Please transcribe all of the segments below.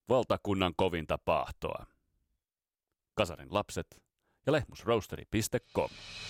valtakunnan kovinta paahtoa. Kasarin lapset ja lehmusroasteri.com.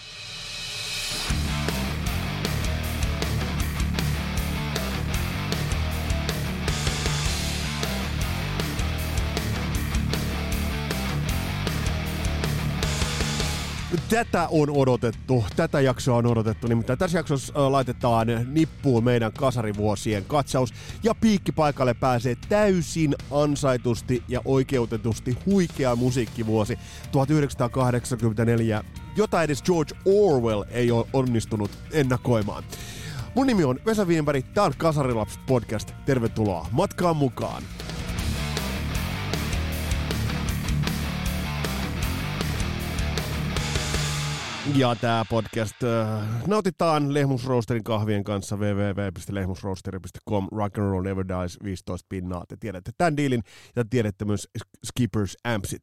Tätä on odotettu, tätä jaksoa on odotettu, nimittäin tässä jaksossa laitetaan nippuun meidän kasarivuosien katsaus ja piikkipaikalle pääsee täysin ansaitusti ja oikeutetusti huikea musiikkivuosi 1984, jota edes George Orwell ei ole onnistunut ennakoimaan. Mun nimi on Vesa Wienberg, tää on Kasarilapset podcast, tervetuloa matkaan mukaan! Ja tää podcast nautitaan Lehmusroasterin kahvien kanssa www.lehmusroasteri.com. Rock and roll never dies, 15 pinnaa. Te tiedätte tämän diilin ja tiedätte myös Skippers Ampsit.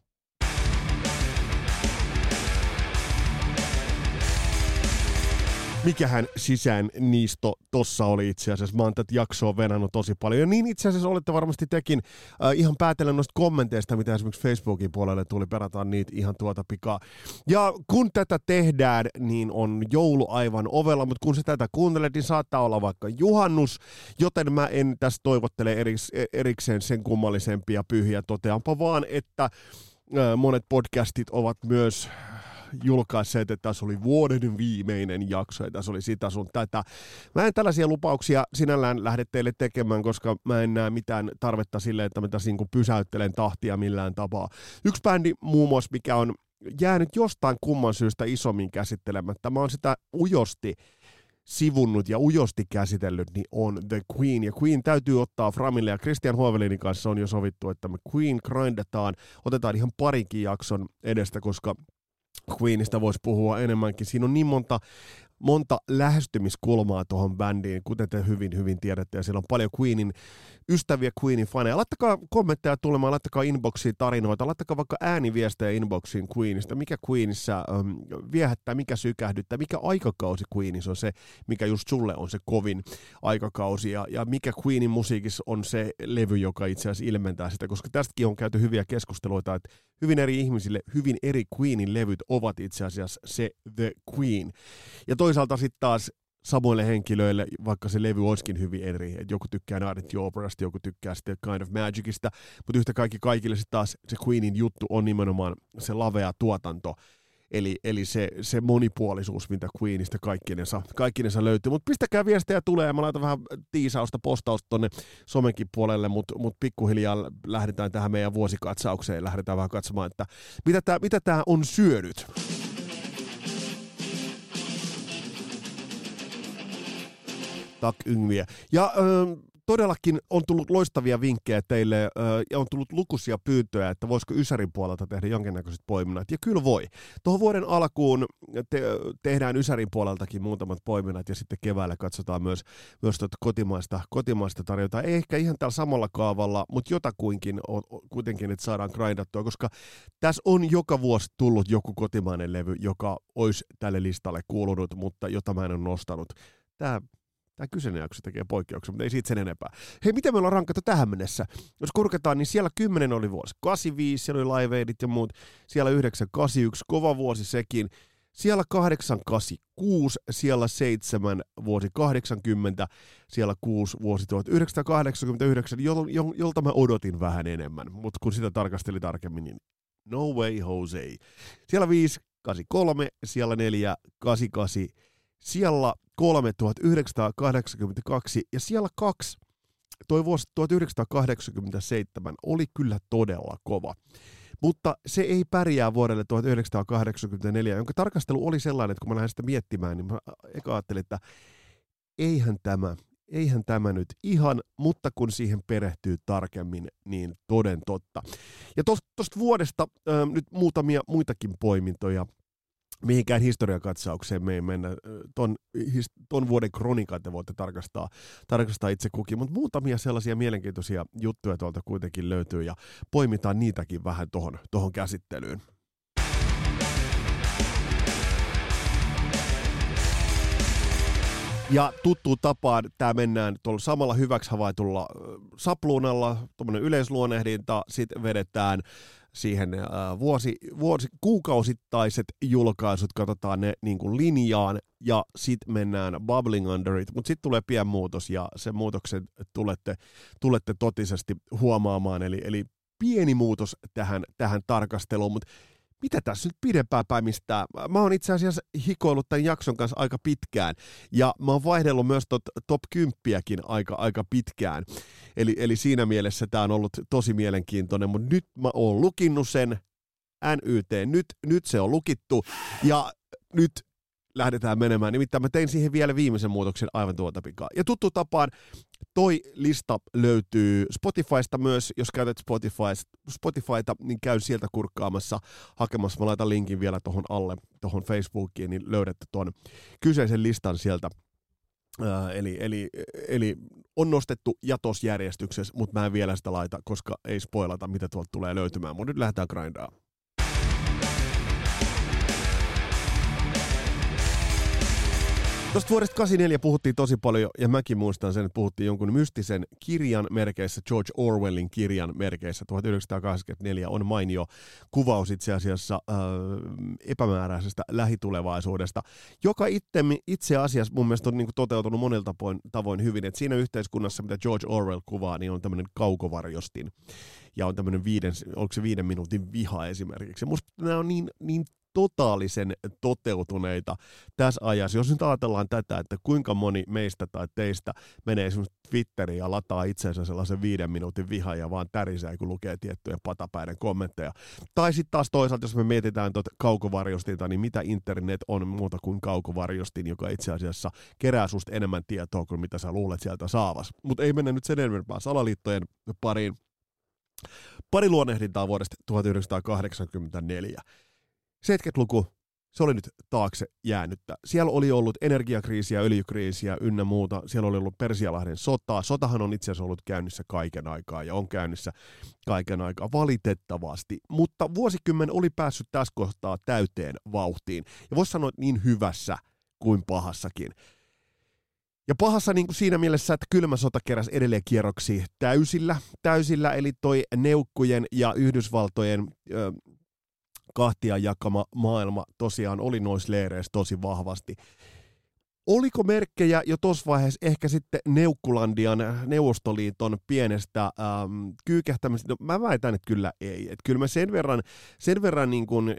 Mikähän sisään niisto tossa oli itse asiassa. Mä oon tätä jaksoa venannut tosi paljon. Ja niin itse asiassa olette varmasti tekin ihan päätellen noista kommenteista, mitä esimerkiksi Facebookin puolelle tuli. Perataan niitä ihan tuota pikaa. Ja kun tätä tehdään, niin on joulu aivan ovella. Mutta kun sä tätä kuuntelet, niin saattaa olla vaikka juhannus. Joten mä en tässä toivottele erikseen sen kummallisempia pyhiä. Toteanpa vaan, että monet podcastit ovat myös julkaisseet, että tässä oli vuoden viimeinen jakso ja tässä oli sitä sun tätä. Mä en tällaisia lupauksia sinällään lähde teille tekemään, koska mä en näe mitään tarvetta sille, että mä tässä niin kuin pysäyttelen tahtia millään tapaa. Yksi bändi muun muassa, mikä on jäänyt jostain kumman syystä isommin käsittelemättä, mä oon sitä ujosti sivunnut ja ujosti käsitellyt, niin on The Queen. Ja Queen täytyy ottaa framille, ja Christian Hovelinin kanssa on jo sovittu, että me Queen grindataan, otetaan ihan parinkin jakson edestä, koska Queenista voisi puhua enemmänkin. Siinä on niin monta lähestymiskulmaa tuohon bändiin, kuten te hyvin tiedätte, ja siellä on paljon Queenin ystäviä, Queenin faneja. Laittakaa kommentteja tulemaan, laittakaa inboxiin tarinoita, laittakaa vaikka ääniviestejä inboxiin Queenista, mikä Queenissa viehättää, mikä sykähdyttää, mikä aikakausi Queenissa on se, mikä just sulle on se kovin aikakausi, ja mikä Queenin musiikissa on se levy, joka itse asiassa ilmentää sitä, koska tästäkin on käyty hyviä keskusteluita, että hyvin eri ihmisille, hyvin eri Queenin levyt ovat itse asiassa se The Queen. Ja toisaalta sitten taas samoille henkilöille, vaikka se levy olisikin hyvin eri, että joku tykkää Night at the Operasta, joku tykkää sitten Kind of Magicista, mutta yhtä kaikille sitten taas se Queenin juttu on nimenomaan se lavea tuotanto, eli se monipuolisuus, mitä Queenista kaikkinensa löytyy. Mutta pistäkää viestejä tulee, ja mä laitan vähän tiisausta, postausta tonne somenkin puolelle, mutta pikkuhiljaa lähdetään tähän meidän vuosikatsaukseen, lähdetään vähän katsomaan, että mitä tää on syönyt. Tack Yngviä. Ja todellakin on tullut loistavia vinkkejä teille ja on tullut lukuisia pyyntöjä, että voisiko Ysärin puolelta tehdä jonkinnäköiset poiminnat. Ja kyllä voi. Tuohon vuoden alkuun tehdään Ysärin puoleltakin muutamat poiminnat ja sitten keväällä katsotaan myös kotimaista tarjota. Ei ehkä ihan tällä samalla kaavalla, mutta jotakuinkin kuitenkin, että saadaan grindattua, koska tässä on joka vuosi tullut joku kotimainen levy, joka olisi tälle listalle kuulunut, mutta jota mä en ole nostanut. Tämä kyseinen jakso tekee poikkeuksen, mutta ei siitä sen enempää. Hei, miten me ollaan rankattu tähän mennessä? Jos kurkataan, niin siellä 10 oli vuosi 85, siellä oli Live Aidit ja muut. Siellä 9, 81, kova vuosi sekin. Siellä 8, 86, siellä 7, vuosi 80, siellä 6, vuosi 1989, jolta mä odotin vähän enemmän. Mutta kun sitä tarkastelin tarkemmin, niin no way Jose. Siellä 5, 83, siellä 4, 88, siellä 3, 1982 ja siellä 2, toi vuosi 1987 oli kyllä todella kova. Mutta se ei pärjää vuodelle 1984, jonka tarkastelu oli sellainen, että kun mä lähdin sitä miettimään, niin mä eka ajattelin, että eihän tämä nyt ihan, mutta kun siihen perehtyy tarkemmin, niin toden totta. Ja tuosta vuodesta nyt muutamia muitakin poimintoja. Mihinkään historiakatsaukseen me ei mennä. Ton vuoden kronikan te voitte tarkastaa itse kukin, mutta muutamia sellaisia mielenkiintoisia juttuja tuolta kuitenkin löytyy ja poimitaan niitäkin vähän tohon käsittelyyn. Ja tuttuun tapaan tämä mennään tuolla samalla hyväksi havaitulla sapluunalla, tuommoinen yleisluonehdinta, sitten vedetään siihen kuukausittaiset julkaisut, katsotaan ne niin kuin linjaan ja sitten mennään bubbling under it, mutta sitten tulee pieni muutos ja sen muutoksen tulette totisesti huomaamaan, eli pieni muutos tähän tarkasteluun, mutta mitä tässä nyt pidempään päimistää? Mä oon itse asiassa hikoillut tämän jakson kanssa aika pitkään, ja mä oon vaihdellut myös top 10-kin aika pitkään. Eli siinä mielessä tää on ollut tosi mielenkiintoinen, mutta nyt mä oon lukinnut sen, NYT, nyt se on lukittu, ja nyt lähdetään menemään. Nimittäin mä tein siihen vielä viimeisen muutoksen aivan tuota pikaa. Ja tuttu tapaan, toi lista löytyy Spotifysta myös, jos käytät Spotifyta, niin käy sieltä kurkkaamassa, hakemassa. Mä laitan linkin vielä tuohon alle, tuohon Facebookiin, niin löydätte tuon kyseisen listan sieltä. Eli on nostettu jatosjärjestyksessä, mutta mä en vielä sitä laita, koska ei spoilata, mitä tuolta tulee löytymään. Mutta nyt lähdetään grindaan. Tuosta vuodesta 1984 puhuttiin tosi paljon, ja mäkin muistan sen, että puhuttiin jonkun mystisen kirjan merkeissä, George Orwellin kirjan merkeissä. 1984 on mainio kuvaus itse asiassa epämääräisestä lähitulevaisuudesta, joka itse asiassa mun mielestä on niin kuin toteutunut monilta tavoin hyvin. Et siinä yhteiskunnassa, mitä George Orwell kuvaa, niin on tämmöinen kaukovarjostin, ja on tämmöinen 5 minuutin viha esimerkiksi. Ja musta nämä on niin totaalisen toteutuneita tässä ajassa. Jos nyt ajatellaan tätä, että kuinka moni meistä tai teistä menee esimerkiksi Twitteriin ja lataa itseensä sellaisen 5 minuutin vihan ja vaan tärisee, kun lukee tiettyjä patapäiden kommentteja. Tai sitten taas toisaalta, jos me mietitään kaukovarjostinta, niin mitä internet on muuta kuin kaukovarjostin, joka itse asiassa kerää susta enemmän tietoa kuin mitä sä luulet sieltä saavas. Mutta ei mennä nyt sen enempää salaliittojen pariin. Pari luonnehdintaa vuodesta 1984. 70-luku, se oli nyt taakse jäänyttä. Siellä oli ollut energiakriisiä, öljykriisiä ynnä muuta. Siellä oli ollut Persialahden sota. Sotahan on itse asiassa ollut käynnissä kaiken aikaa ja on käynnissä kaiken aikaa valitettavasti. Mutta vuosikymmen oli päässyt tässä kohtaa täyteen vauhtiin. Ja voisi sanoa niin hyvässä kuin pahassakin. Ja pahassa niin kuin siinä mielessä, että kylmä sota keräsi edelleen kierroksia täysillä, eli toi neukkujen ja Yhdysvaltojen kahtia jakama maailma tosiaan oli noissa leireissä tosi vahvasti. Oliko merkkejä jo tuossa vaiheessa ehkä sitten Neukkulandian Neuvostoliiton pienestä kyykähtämistä? No, mä väitän, että kyllä ei. Että kyllä me sen verran niin kuin,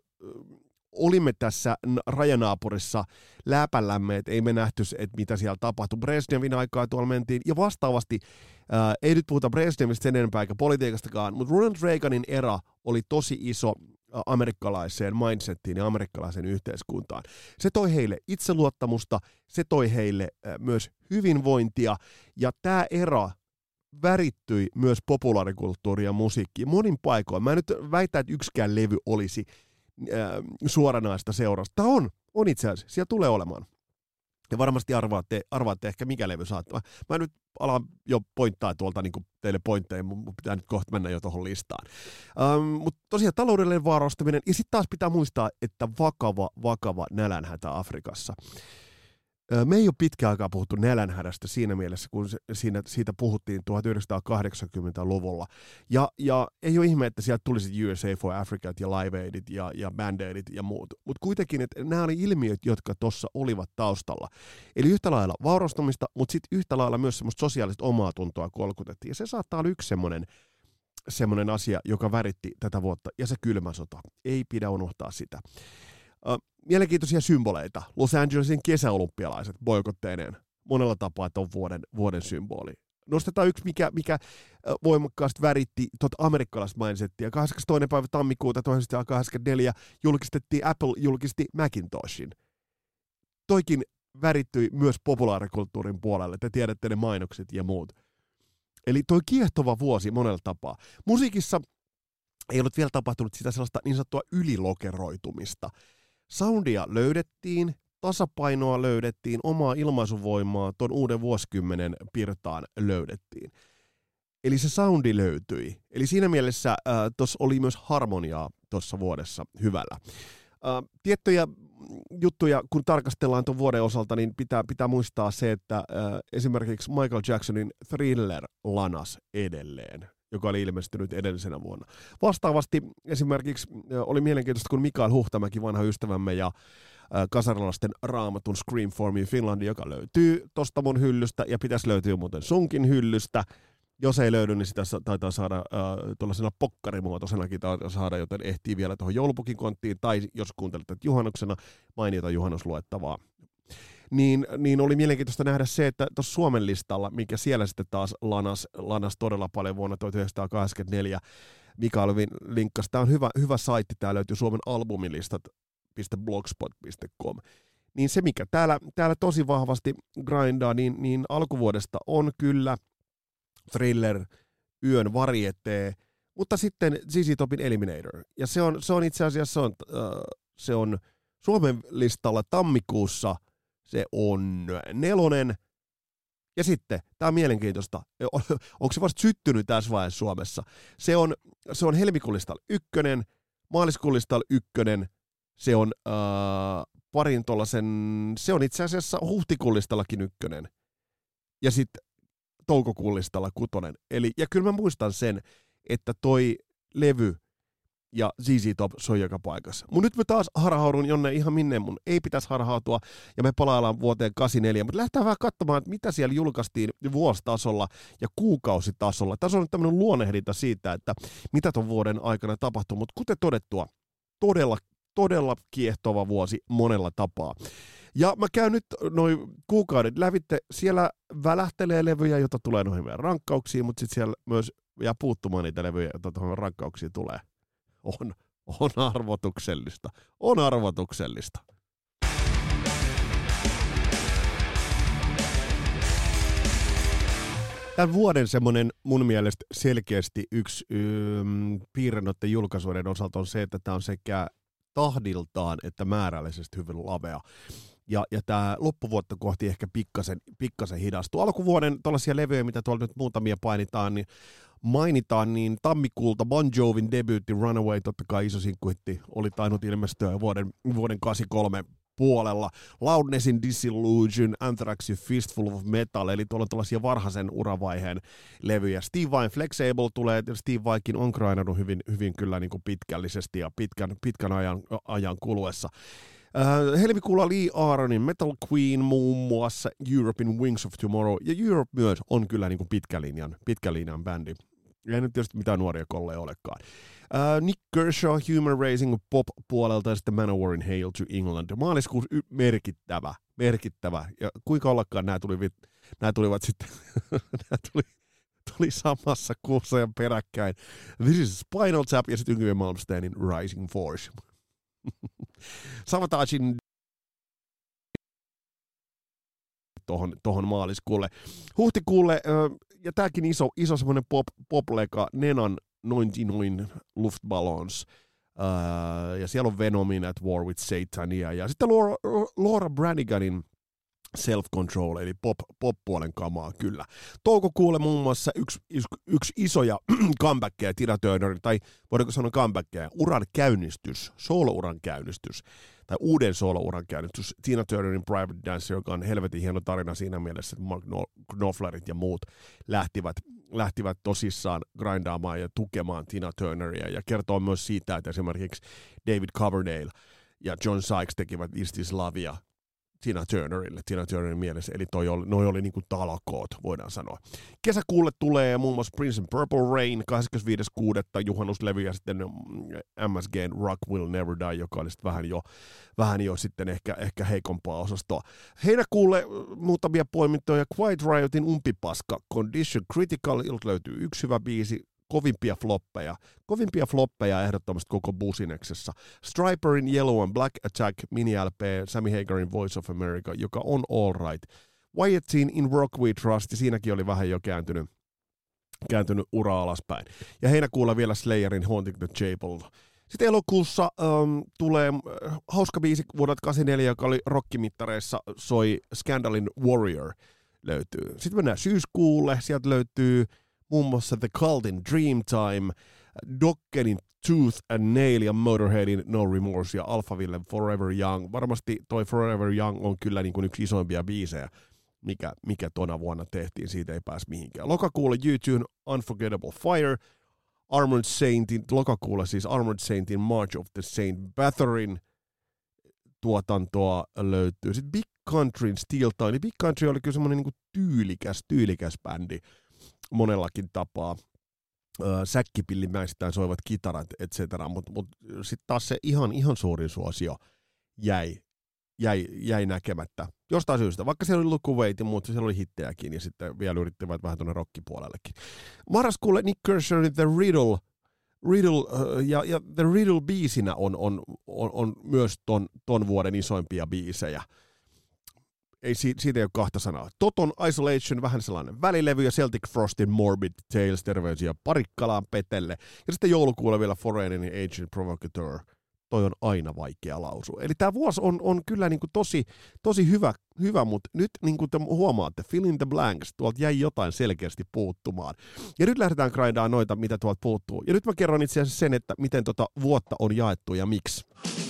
olimme tässä rajanaapurissa läpällämme, että ei me nähty, että mitä siellä tapahtui. Brezhnevin aikaa tuolla mentiin, ja vastaavasti ei nyt puhuta Brezhnevistä sen enempää eikä politiikastakaan, mutta Ronald Reaganin era oli tosi iso amerikkalaiseen mindsettiin ja amerikkalaiseen yhteiskuntaan. Se toi heille itseluottamusta, se toi heille myös hyvinvointia, ja tämä era värittyi myös populaarikulttuuriin ja musiikkiin monin paikoin. Mä en nyt väitä, että yksikään levy olisi suoranaista seurausta. Tämä on itse asiassa, siellä tulee olemaan. Ja varmasti arvaatte ehkä mikä levy saattaa. Mä nyt alan jo pointtaa tuolta niin teille pointteja, mun pitää nyt kohta mennä jo tuohon listaan. Mutta tosiaan taloudellinen vaarastuminen, ja sitten taas pitää muistaa, että vakava nälänhätä Afrikassa. Me ei ole pitkään aikaa puhuttu nälänhädästä siinä mielessä, kun siitä puhuttiin 1980-luvulla. Ja ei ole ihme, että sieltä tulisi USA for Africa ja Live Aidit ja Band Aidit ja muut. Mutta kuitenkin, että nämä oli ilmiöt, jotka tuossa olivat taustalla. Eli yhtä lailla vaurastumista, mutta sitten yhtä lailla myös semmoista sosiaalista omaa tuntoa kolkutettiin. Ja se saattaa olla yksi semmoinen asia, joka väritti tätä vuotta. Ja se kylmä sota. Ei pidä unohtaa sitä. Mielenkiintoisia symboleita. Los Angelesin kesäolympialaiset boikotteineen. Monella tapaa, että on vuoden symboli. Nostetaan yksi, mikä voimakkaasti väritti amerikkalaista mindsettiä. 22. päivä tammikuuta 1984 Apple julkisti Macintoshin. Toikin värittyi myös populaarikulttuurin puolelle. Te tiedätte ne mainokset ja muut. Eli toi kiehtova vuosi monella tapaa. Musiikissa ei ollut vielä tapahtunut sitä sellaista niin sanottua ylilokeroitumista. Soundia löydettiin, tasapainoa löydettiin, omaa ilmaisuvoimaa ton uuden vuosikymmenen pirtaan löydettiin. Eli se soundi löytyi. Eli siinä mielessä tuossa oli myös harmoniaa tuossa vuodessa hyvällä. Tiettyjä juttuja, kun tarkastellaan tuon vuoden osalta, niin pitää muistaa se, että esimerkiksi Michael Jacksonin Thriller lanas edelleen, joka oli ilmestynyt edellisenä vuonna. Vastaavasti esimerkiksi oli mielenkiintoista, kun Mikael Huhtamäki, vanha ystävämme ja kasarilaisten raamatun Scream for Me Finland, joka löytyy tosta mun hyllystä ja pitäisi löytyä muuten sunkin hyllystä. Jos ei löydy, niin sitä taitaa saada tuollaisena pokkarimuotoisenakin saada, joten ehtii vielä tuohon joulupukin konttiin, tai jos kuuntelet juhannuksena, mainiota juhannusluettavaa. Niin oli mielenkiintoista nähdä se, että tuossa Suomen listalla, mikä siellä sitten taas lanas todella paljon vuonna 1984, Mikael linkkasi, tämä on hyvä saitti, tämä löytyy Suomen albumilistat.blogspot.com. Niin se, mikä täällä tosi vahvasti grindaa, niin alkuvuodesta on kyllä Thriller, Yön varietee, mutta sitten ZZ Topin Eliminator. Ja se on itse asiassa se on Suomen listalla tammikuussa, se on 4. Ja sitten, tämä on mielenkiintoista, onko se vasta syttynyt tässä vaiheessa Suomessa? Se on helmikuun listalla 1, maaliskuun listalla 1, se on parin tollasen, se on itse asiassa huhtikuun listallakin 1. Ja sitten toukokuun listalla 6. Ja kyllä mä muistan sen, että toi levy ja ZZ Top soi joka paikassa. Mun nyt mä taas harhaudun jonne ihan minne mun ei pitäisi harhautua, ja me palaillaan vuoteen 84, mutta lähdetään vähän katsomaan, että mitä siellä julkaistiin vuositasolla ja kuukausitasolla. Tässä on nyt tämmöinen luonehdinta siitä, että mitä ton vuoden aikana tapahtui, mutta kuten todettua, todella kiehtova vuosi monella tapaa. Ja mä käyn nyt noin kuukaudet lävitte, siellä välähtelee levyjä, joita tulee noihin meidän rankkauksiin, mutta sitten siellä myös jää puuttumaan niitä levyjä, joita tuohon rankkauksiin tulee. On arvotuksellista. On arvotuksellista. Tämän vuoden semmoinen mun mielestä selkeästi yksi piirre noiden julkaisuiden osalta on se, että tämä on sekä tahdiltaan että määrällisesti hyvin lavea. Ja tämä loppuvuotta kohti ehkä pikkasen hidastuu. Alkuvuoden tuollaisia levyjä, mitä tuolla nyt muutamia mainitaan, niin tammikuulta Bon Jovin debyytti Runaway, totta kai iso sinkkuhitti, oli tainnut ilmestyä vuoden 83 puolella. Loudnessin Disillusion, Anthraxin Fistful of Metal, eli tuolla on tuollaisia varhaisen uravaiheen levyjä. Steve Vai Flexible tulee, Steve Vaikin on grindannut hyvin kyllä niin kuin pitkällisesti ja pitkän ajan kuluessa. Helmikuulla Lee Aaronin Metal Queen muun muassa, Europein Wings of Tomorrow, ja Europe myös on kyllä niin kuin pitkän linjan bändi. Ei nyt tietysti mitään nuoria kolleja olekaan. Nick Kershaw, Human Raising pop-puolelta ja sitten Manowarin Hail to England. Maaliskuussa merkittävä. Ja kuinka ollakaan nämä tulivat sitten, tuli samassa kuussa ja peräkkäin. This is Spinal Tap ja sitten Yngwie Malmsteenin Rising Force. Savatajin tohon maaliskuulle. Huhtikuulle, ja tääkin iso semmoinen pop-leka, Nenan 99 Luftballons, ja siellä on Venomin At War with Satania, ja sitten Laura Braniganin Self-Control, eli pop-puolen kamaa, kyllä. Toukokuulle muun muassa yksi isoja comebackkejä Tina Turnerin, tai voidaanko sanoa comebackkejä, solo-uran käynnistys, tai uuden solo-uran käynnistys, Tina Turnerin Private Dancer, joka on helvetin hieno tarina siinä mielessä, että Mark Knopflerit ja muut lähtivät tosissaan grindaamaan ja tukemaan Tina Turneria, ja kertoo myös siitä, että esimerkiksi David Coverdale ja John Sykes tekivät Is This Lovea Tina Turnerin mielessä, eli noi oli niinku talakoot, voidaan sanoa. Kesäkuulle tulee muun muassa Prince and Purple Rain, 25.6. juhannuslevy, ja sitten MSGn Rock Will Never Die, joka oli sitten vähän jo sitten ehkä heikompaa osastoa. Heinäkuulle muutamia poimintoja, Quiet Riotin Umpipaska, Condition Critical, ilta löytyy yksi hyvä biisi, kovimpia floppeja ehdottomasti koko Busineksessa. Stryperin Yellow and Black Attack, mini-LP, Sammy Hagarin Voice of America, joka on all right. Wyattin In Rock We Trust, ja siinäkin oli vähän jo kääntynyt ura alaspäin. Ja heinäkuulla vielä Slayerin Haunting the Chapel. Sitten elokuussa tulee hauska biisi vuodelta 84, joka oli rockimittareissa, soi Scandalin Warrior löytyy. Sitten mennään syyskuulle, sieltä löytyy muun muassa The Cultin Dreamtime, Dokkenin Tooth and Nail ja Motorheadin No Remorse ja Alphavillen Forever Young. Varmasti toi Forever Young on kyllä niin kuin yksi isoimpia biisejä, mikä tona vuonna tehtiin, siitä ei pääse mihinkään. Lokakuulla U2 Unforgettable Fire, Armored Saintin, lokakuulla siis Armored Saintin March of the Saint Bathoryn tuotantoa löytyy. Sitten Big Countryn Steel Tiny. Big Country oli kyllä semmoinen niin tyylikäs bändi monellakin tapaa. Säkkipillimäistään soivat kitarat, etc. Mutta sitten taas se ihan suurin suosio jäi näkemättä. Jostain syystä, vaikka siellä oli Look Away, mutta siellä oli hittejäkin, ja sitten vielä yrittivät vähän tuonne rockipuolellekin. Marraskuulle Nick Kershaw The Riddle ja The Riddle-biisinä on myös ton vuoden isoimpia biisejä. Ei siitä ei ole kahta sanaa. Toton Isolation, vähän sellainen välilevy, ja Celtic Frostin Morbid Tales, terveisiä Parikkalaan Petelle. Ja sitten joulukuulla vielä Foreignin Agent Provocateur. Toi on aina vaikea lausua. Eli tämä vuosi on kyllä niinku tosi hyvä, mutta nyt niinku te huomaatte, fill in the blanks, tuolta jäi jotain selkeästi puuttumaan. Ja nyt lähdetään grindaan noita, mitä tuolta puuttuu. Ja nyt mä kerron itse asiassa sen, että miten vuotta on jaettu ja miksi.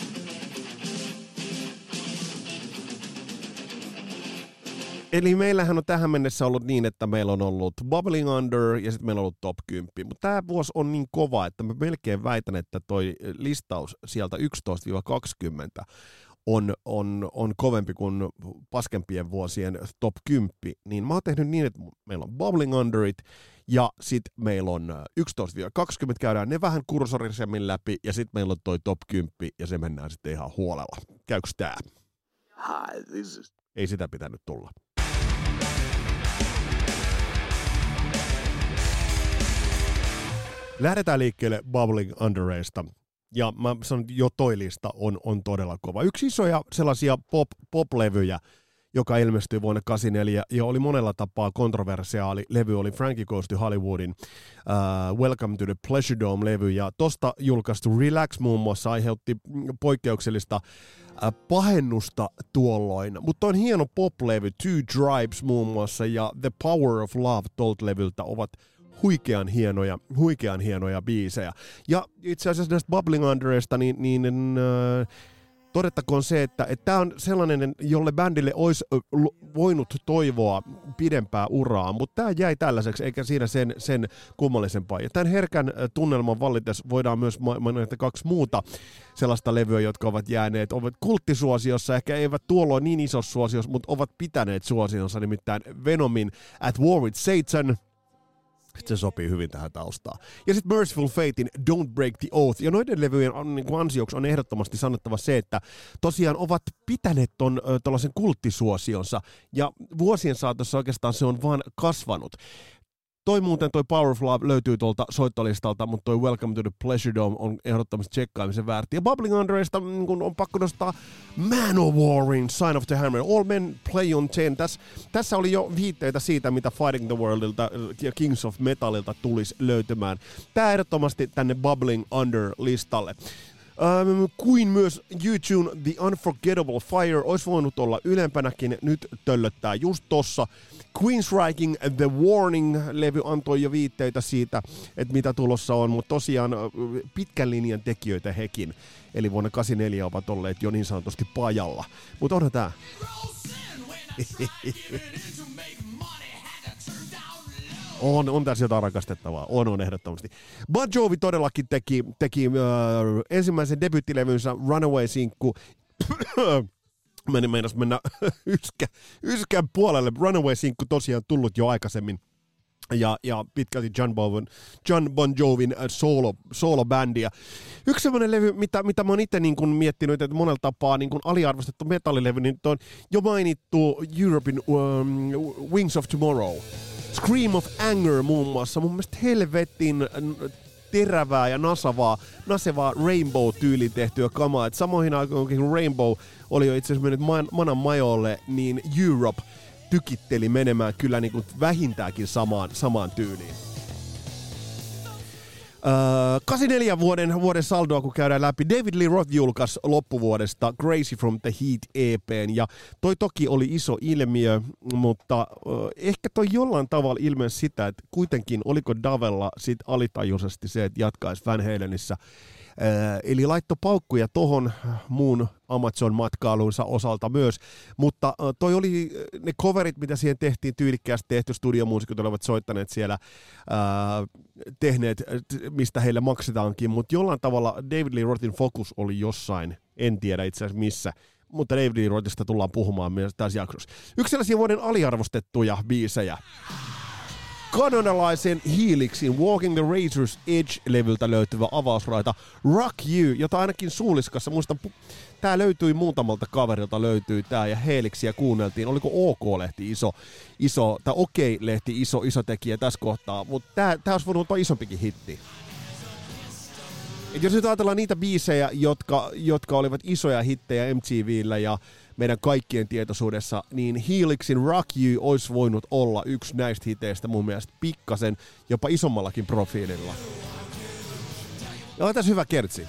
Eli meillähän on tähän mennessä ollut niin, että meillä on ollut Bubbling Under ja sitten meillä on ollut Top 10. Mutta tämä vuosi on niin kova, että mä melkein väitän, että toi listaus sieltä 11-20 on kovempi kuin paskempien vuosien Top 10. Niin mä oon tehnyt niin, että meillä on Bubbling Underit ja sitten meillä on 11-20 käydään ne vähän kursorisemmin läpi ja sitten meillä on toi Top 10 ja se mennään sitten ihan huolella. Käyks tää? Ei sitä pitänyt tulla. Lähdetään liikkeelle Bubbling Underista. Ja mä sanon, jo toi lista on todella kova. Yksi isoja sellaisia pop-levyjä, joka ilmestyi vuonna 1984 ja oli monella tapaa kontroversiaali levy, oli Frankie Goes to Hollywoodin Welcome to the Pleasure Dome-levy. Ja tosta julkaistu Relax muun muassa aiheutti poikkeuksellista pahennusta tuolloin. Mutta on hieno pop-levy, Two Tribes muun muassa ja The Power of Love tolta levyltä ovat huikean hienoja biisejä. Ja itse asiassa näistä Bubbling Underista, todettakoon se, että tämä on sellainen, jolle bändille olisi voinut toivoa pidempää uraa, mutta tämä jäi tällaiseksi, eikä siinä sen kummallisempaa. Ja tämän herkän tunnelman vallitessa voidaan myös mainita kaksi muuta sellaista levyä, jotka ovat jääneet, ovat kulttisuosiossa, ehkä eivät tuolloin niin isossa suosiossa, mutta ovat pitäneet suosionsa, nimittäin Venomin At War with Satan. Se sopii hyvin tähän taustaan. Ja sitten Merciful Fatein Don't Break the Oath. Ja noiden levyjen ansioksi on ehdottomasti sanottava se, että tosiaan ovat pitäneet tuollaisen kulttisuosionsa. Ja vuosien saatossa oikeastaan se on vaan kasvanut. Toi Power of Love löytyy tuolta soittolistalta, mutta toi Welcome to the Pleasure Dome on ehdottomasti tsekkaamisen väärti. Ja Bubbling Underista on pakko nostaa Manowarin Sign of the Hammer. All Men Play on 10. Tässä oli jo viitteitä siitä, mitä Fighting the Worldilta ja Kings of Metalilta tulisi löytymään. Tää ehdottomasti tänne Bubbling Under-listalle. Kuin myös U2 The Unforgettable Fire olisi voinut olla ylempänäkin, nyt töllöttää just tossa. Queensrychein The Warning-levy antoi jo viitteitä siitä, että mitä tulossa on, mutta tosiaan pitkän linjan tekijöitä hekin. Eli vuonna 1984 ovat olleet jo niin sanotusti pajalla. Mutta onhan tää. On tässä jotain rakastettavaa. On ehdottomasti. Bon Jovi todellakin teki ensimmäisen debuuttilevynsä Runaway-sinkku. Meinas mennä yskän puolelle. Runaway-sinkku tosiaan tullut jo aikaisemmin. Ja pitkälti John Bon Jovin solo-bändiä. Yksi semmoinen levy, mitä mä oon itse niin kun miettinyt, että monella tapaa niin kun aliarvostettu metallilevy, niin on jo mainittu European Wings of Tomorrow. Scream of Anger muun muassa. Mun mielestä helvetin terävää ja nasevaa Rainbow-tyyliin tehtyä kamaa. Et samoihin aikoihin, kun Rainbow oli jo itse asiassa mennyt manan majolle, niin Europe tykitteli menemään kyllä niin kuin vähintäänkin samaan tyyliin. 84 vuoden saldoa, kun käydään läpi. David Lee Roth julkaisi loppuvuodesta Crazy from the Heat EP:n, ja toi toki oli iso ilmiö, mutta ehkä toi jollain tavalla ilmeisesti sitä, että kuitenkin oliko Davella sit alitajuisesti se, että jatkaisi Van Halenissä. Eli laitto paukkuja tohon muun Amazon-matkailuunsa osalta myös, mutta toi oli ne coverit, mitä siihen tehtiin, tyylikkäästi tehty, studiomuusikot olivat soittaneet siellä, tehneet, mistä heille maksetaankin, mutta jollain tavalla David Lee Rothin fokus oli jossain, en tiedä itse asiassa missä, mutta David Lee Rothista tullaan puhumaan myös tässä jaksossa. Yksi sellaisia vuoden aliarvostettuja biisejä. Kanadalaisen Helixin Walking the Razor's Edge-levyltä löytyvä avausraita Rock You, jota ainakin Suuliskassa, muistan, tää löytyi muutamalta kaverilta löytyi tää, ja Helixiä kuunneltiin, oliko OK-lehti iso tai OK-lehti iso tekijä tässä kohtaa, mutta tää olisi voinut olla isompikin hitti. Et jos nyt ajatellaan niitä biisejä, jotka olivat isoja hittejä MTV:llä ja meidän kaikkien tietoisuudessa, niin Helixin Rock You olisi voinut olla yksi näistä hiteistä mun mielestä pikkasen jopa isommallakin profiililla. Ja on tässä hyvä kertsi.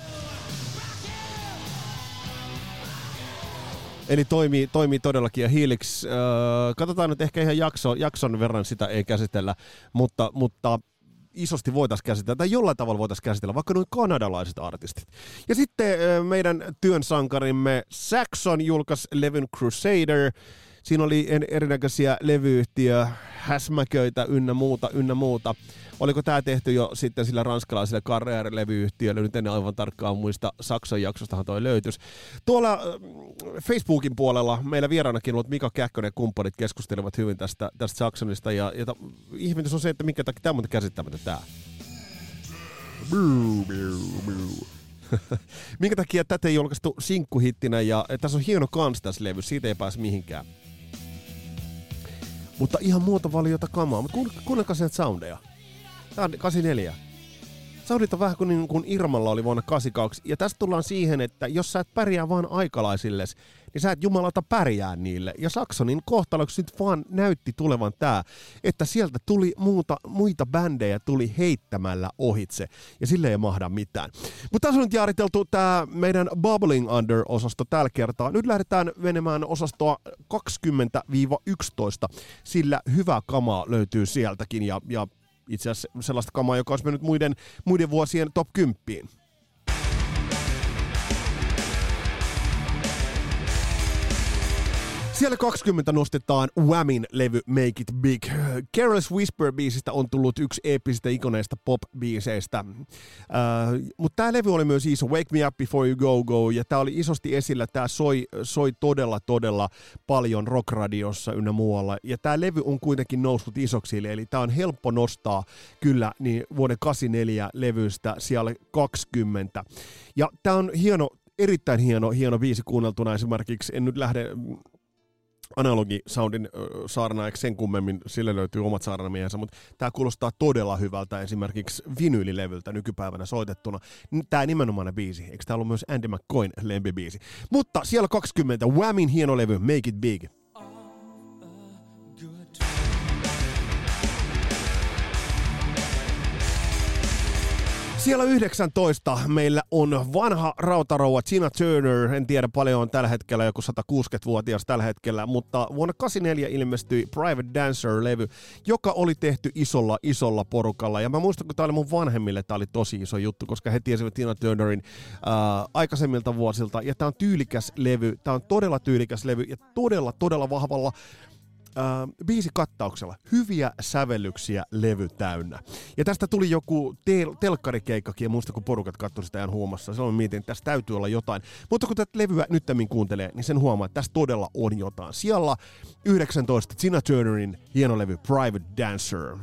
Eli toimii todellakin, ja Helix, katsotaan nyt ehkä ihan jakson verran sitä ei käsitellä, mutta isosti voitaisiin käsitellä, tai jollain tavalla voitaisiin käsitellä, vaikka noin kanadalaiset artistit. Ja sitten meidän työn sankarimme Saxon julkaisi levyn Crusader. Siinä oli erinäköisiä levyyhtiö, häsmäköitä ynnä muuta. Oliko tämä tehty jo sitten sillä ranskalaisella Carrère-levyyhtiöllä? Nyt en aivan tarkkaan muista, Sakson jaksostahan toi löytyisi. Tuolla Facebookin puolella meillä vieraanakin ollut Mika Käkkönen kumppanit keskustelevat hyvin tästä Saxonista. Ja ihmetys on se, että minkä takia tämä on muuten käsittämätön tämä. Minkä takia tätä ei julkaistu sinkkuhittinä, ja tässä on hieno kans tässä levy, siitä ei pääse mihinkään. Mutta ihan muuta valiota kamaa, mutta kuunnelkaa sen soundeja. Tää on 84. Soundit on vähän kuin, niin kuin Irmalla oli vuonna 82, ja tästä tullaan siihen, että jos sä et pärjää vaan aikalaisilles, niin sä et jumalauta pärjää niille. Ja Saxonin kohtaloksi nyt vaan näytti tulevan tää, että sieltä tuli muita bändejä tuli heittämällä ohitse, ja sille ei mahda mitään. Mutta tässä on nyt jaariteltu tää meidän Bubbling Under-osasto tällä kertaa. Nyt lähdetään menemään osastoa 20-11, sillä hyvää kamaa löytyy sieltäkin, ja itse asiassa sellaista kamaa, joka olisi mennyt muiden vuosien top 10. Siellä 20 nostetaan Whamin levy Make It Big. Careless Whisper-biisistä on tullut yksi eeppisistä ikoneista pop-biiseistä. Mutta tämä levy oli myös iso, Wake Me Up Before You Go, ja tämä oli isosti esillä. Tämä soi todella paljon rockradiossa ynnä muualla. Ja tämä levy on kuitenkin noussut isoksi, eli tämä on helppo nostaa kyllä niin vuoden 84 levystä siellä 20. Ja tämä on erittäin hieno biisi kuunneltuna esimerkiksi. En nyt lähde analogisoundin saarnaajaksi sen kummemmin, sille löytyy omat saarnamiehensä, mutta tämä kuulostaa todella hyvältä esimerkiksi vinyylilevyltä nykypäivänä soitettuna. Tämä nimenomainen biisi, eikö tämä ollut myös Andy McCoyn lempibiisi? Mutta siellä 20, Whamin hieno levy, Make It Big. Siellä 19 meillä on vanha rautarouva Tina Turner, en tiedä paljon on tällä hetkellä, joku 160-vuotias tällä hetkellä, mutta vuonna 84 ilmestyi Private Dancer-levy, joka oli tehty isolla porukalla, ja mä muistan, kun tää oli mun vanhemmille, tää oli tosi iso juttu, koska he tiesivät Tina Turnerin aikaisemmilta vuosilta, ja tää on tyylikäs levy, tää on todella tyylikäs levy, ja todella vahvalla biisikattauksella. Hyviä sävellyksiä levy täynnä. Ja tästä tuli joku telkkarikeikkakin, ja muista kun porukat katsoi sitä ihan huomassa. Silloin mietin, että tässä täytyy olla jotain. Mutta kun tätä levyä nyttemmin kuuntelee, niin sen huomaa, että tässä todella on jotain. Siellä 19 Tina Turnerin hieno levy Private Dancer.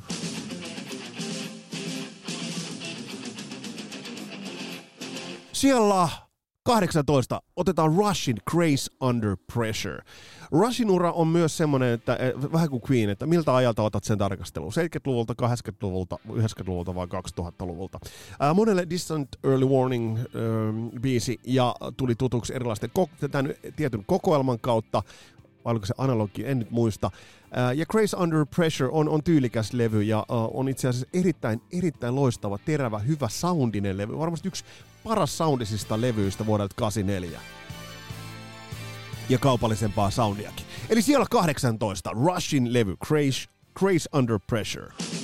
Siellä 18 otetaan Rushin Grace Under Pressure. Rushin ura on myös semmoinen, että vähän kuin Queen, että miltä ajalta otat sen tarkasteluun? 70-luvulta, 80-luvulta, 90-luvulta vai 2000-luvulta. Monelle Distant Early Warning biisi ja tuli tutuksi erilaisten tämän tietyn kokoelman kautta. vai oliko se analogi, en nyt muista. Ja Grace Under Pressure on tyylikäs levy ja on itse asiassa erittäin loistava, terävä, hyvä soundinen levy. Varmasti yksi paras soundisista levyistä vuodelta 1984. Ja kaupallisempaa soundiakin. Eli siellä 18, Rushin levy, Grace Under Pressure.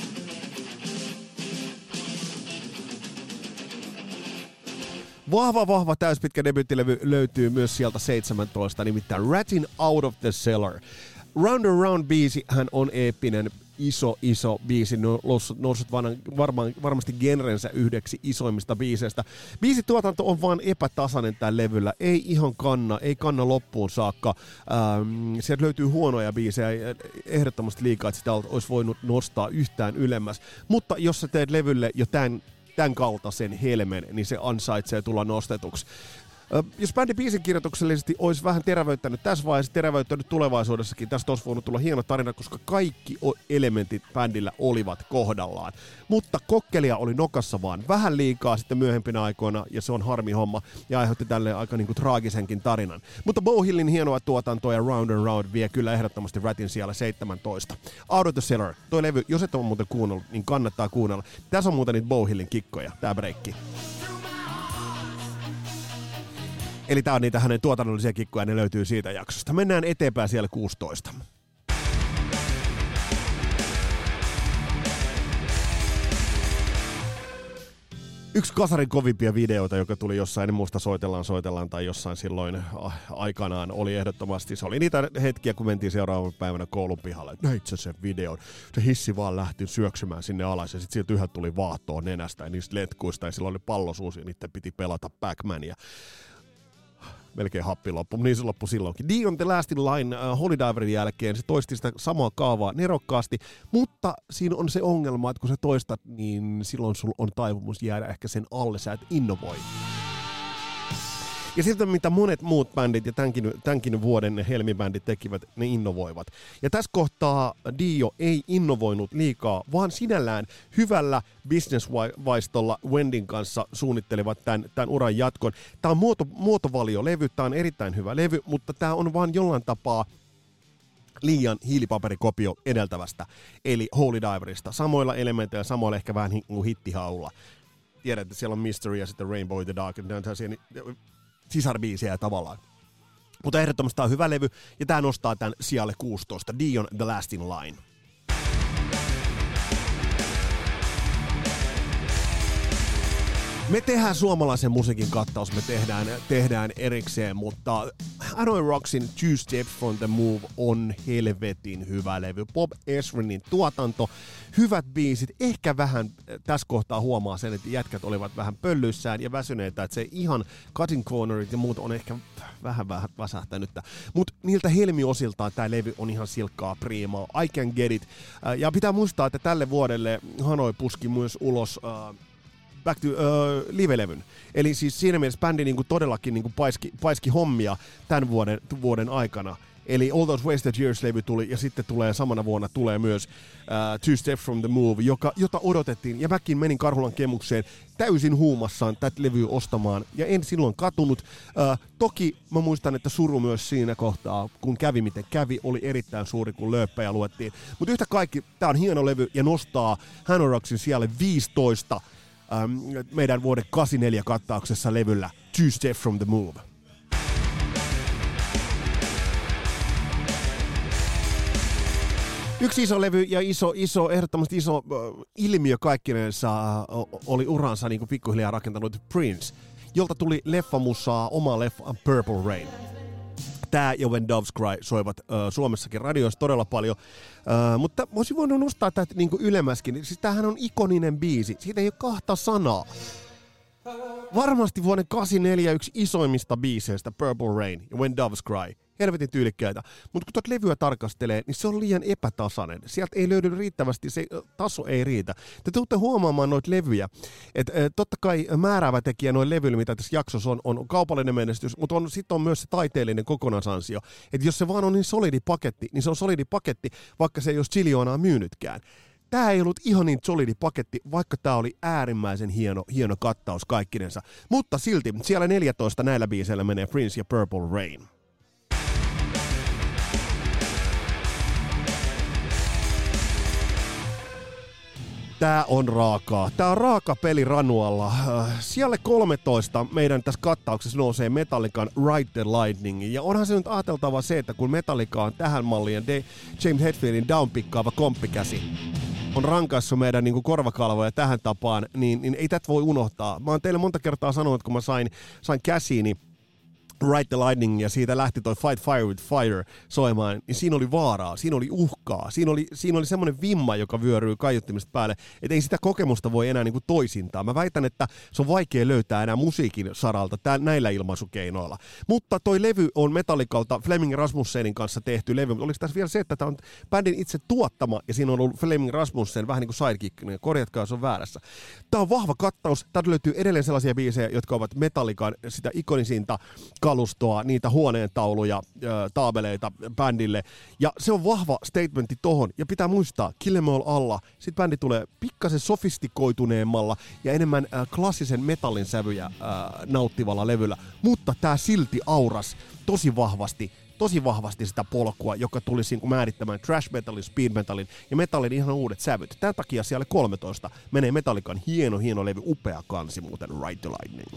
Vahva täyspitkä debyyttilevy löytyy myös sieltä 17, nimittäin Rattin Out of the Cellar. Round and Round biisi, hän on eeppinen, iso biisi, noussut varmasti genrensä yhdeksi isoimmista biiseistä. Biisituotanto on vaan epätasainen tällä levyllä, ei kanna loppuun saakka. Sieltä löytyy huonoja biisejä, ehdottomasti liikaa, että sitä olisi voinut nostaa yhtään ylemmäs. Mutta jos sä teet levylle jo tämän kaltaisen helmen, niin se ansaitsee tulla nostetuksi. Jos bändi biisinkirjoituksellisesti olisi vähän terävöittänyt tässä vaiheessa, terävöittänyt tulevaisuudessakin, tästä olisi voinut tulla hieno tarina, koska kaikki elementit bändillä olivat kohdallaan. Mutta kokkelia oli nokassa vaan vähän liikaa sitten myöhempinä aikoina, ja se on harmi homma, ja aiheutti tälleen aika niinku traagisenkin tarinan. Mutta Bowhillin hienoa tuotantoa ja Round and Round vie kyllä ehdottomasti Rattin siellä 17. Out of the Cellar, toi levy, jos et ole muuten kuunnellut, niin kannattaa kuunnella. Tässä on muuten niitä Bowhillin kikkoja, tää breikki. Eli tää on niitä hänen tuotannollisia kikkoja, ne löytyy siitä jaksosta. Mennään eteenpäin siellä 16. Yksi kasarin kovimpia videoita, joka tuli jossain, en muista soitellaan tai jossain silloin aikanaan, oli ehdottomasti. Se oli niitä hetkiä, kun mentiin seuraavana päivänä koulun pihalle. Näit sä sen videon? Se hissi vaan lähti syöksymään sinne alas ja sitten sieltä yhä tuli vaahtoa nenästä ja niistä letkuista ja silloin oli pallosuusi ja niiden piti pelata Pac-Mania. Melkein happi loppu, niin se loppui silloinkin. Dion The Last in Line Holy Diverin jälkeen, se toisti sitä samaa kaavaa nerokkaasti, mutta siinä on se ongelma, että kun sä toistat, niin silloin sulla on taipumus jäädä ehkä sen alle, sä et innovoi. Ja siltä, mitä monet muut bändit ja tämänkin vuoden helmibändit tekivät, ne innovoivat. Ja tässä kohtaa Dio ei innovoinut liikaa, vaan sinällään hyvällä business-vaistolla Wendin kanssa suunnittelevat tämän uran jatkon. Tämä on muotovaliolevy, tämä on erittäin hyvä levy, mutta tämä on vaan jollain tapaa liian hiilipaperikopio edeltävästä, eli Holy Diverista. Samoilla elementeillä, samoilla ehkä vähän hittihaulla. Tiedät, että siellä on Mystery ja sitten Rainbow in the Dark, sisarbiisejä tavallaan. Mutta ehdottomasti tämä on hyvä levy, ja tämä nostaa tämän sijalle 16, Dion The Last in Line. Me tehdään suomalaisen musiikin kattaus, me tehdään erikseen, mutta Hanoi Rocksin Two Steps from the Move on helvetin hyvä levy. Bob Ezrinin tuotanto, hyvät biisit, ehkä vähän tässä kohtaa huomaa sen, että jätkät olivat vähän pöllyissään ja väsyneitä, että se ihan cutting cornerit ja muut on ehkä vähän väsähtänyttä. Mutta niiltä helmiosiltaan tämä levy on ihan silkkaa priimaa, I Can Get It. Ja pitää muistaa, että tälle vuodelle Hanoi puski myös ulos Back to live-levyn. Eli siis siinä mielessä bändi niinku todellakin niinku paiski hommia tämän vuoden aikana. Eli All Those Wasted Years-levy tuli, ja sitten samana vuonna tulee myös Two Steps from the Move, jota odotettiin. Ja mäkin menin Karhulan Kemukseen täysin huumassaan tätä levyä ostamaan, ja en silloin katunut. Toki mä muistan, että suru myös siinä kohtaa, kun kävi miten kävi, oli erittäin suuri, kun lööppejä luettiin. Mutta yhtä kaikki, tää on hieno levy, ja nostaa Hanoi Rocksin sijalle 15 meidän vuoden 84 kattauksessa levyllä Two Steps from the Move. Yksi iso levy ja ehdottomasti iso ilmiö kaikkinensa oli uransa niin kuin pikkuhiljaa rakentanut Prince, jolta tuli leffamusaa, oma leffa Purple Rain. Tää ja When Doves Cry soivat Suomessakin radioissa todella paljon, mutta voisin voinut nostaa tätä niin kuin ylemmäskin. Siis tämähän on ikoninen biisi, siitä ei ole kahta sanaa. Varmasti vuoden 84 yksi isoimmista biiseistä, Purple Rain ja When Doves Cry. Helvetin tyylikkäitä. Mutta kun tuota levyä tarkastelee, niin se on liian epätasainen. Sieltä ei löydy riittävästi, se taso ei riitä. Te tulette huomaamaan noita levyjä. Että totta kai määräävä tekijä noin levyillä, mitä tässä jaksossa on kaupallinen menestys, mutta sitten on myös se taiteellinen kokonaisansio. Että jos se vaan on niin solidi paketti, niin se on solidi paketti, vaikka se ei olisi ziljoonaa myynytkään. Tämä ei ollut ihan niin solidi paketti, vaikka tämä oli äärimmäisen hieno kattaus kaikkinensa. Mutta silti siellä 14 näillä biiseillä menee Prince ja Purple Rain. Tää on raakaa. Tää on raaka peli Ranualla. Siellä 13 meidän tässä kattauksessa nousee Metallican Ride the Lightning. Ja onhan se nyt ajateltava se, että kun Metallica on tähän malliin ja James Hetfieldin downpikkaava komppikäsi on rankaissut meidän niin kuin korvakalvoja tähän tapaan, niin ei tätä voi unohtaa. Mä oon teille monta kertaa sanonut, kun mä sain käsiini Ride the Lightning ja siitä lähti toi Fight Fire with Fire soimaan, niin siinä oli vaaraa, siinä oli uhkaa, siinä oli semmoinen vimma, joka vyöryy kaiuttimista päälle, että ei sitä kokemusta voi enää niinku toisintaa. Mä väitän, että se on vaikea löytää enää musiikin saralta näillä ilmaisukeinoilla. Mutta toi levy on Metallicalta Flemming Rasmussenin kanssa tehty levy, mutta oliko tässä vielä se, että tämä on bändin itse tuottama ja siinä on ollut Flemming Rasmussen vähän niin kuin sidekick, niin korjatkaa, jos on väärässä. Tämä on vahva kattaus, täältä löytyy edelleen sellaisia biisejä, jotka ovat Metallican sitä ikonisinta kalustoa, niitä huoneentauluja, taabeleita bändille. Ja se on vahva statementti tohon. Ja pitää muistaa, Kill 'Em All alla, sit bändi tulee pikkasen sofistikoituneemmalla ja enemmän klassisen metallin sävyjä nauttivalla levyllä. Mutta tää silti auras tosi vahvasti sitä polkua, joka tulisi määrittämään thrash metalin, speed metalin ja metallin ihan uudet sävyt. Tämän takia siellä 13 menee Metallican hieno levy, upea kansi muuten, Ride the Lightning.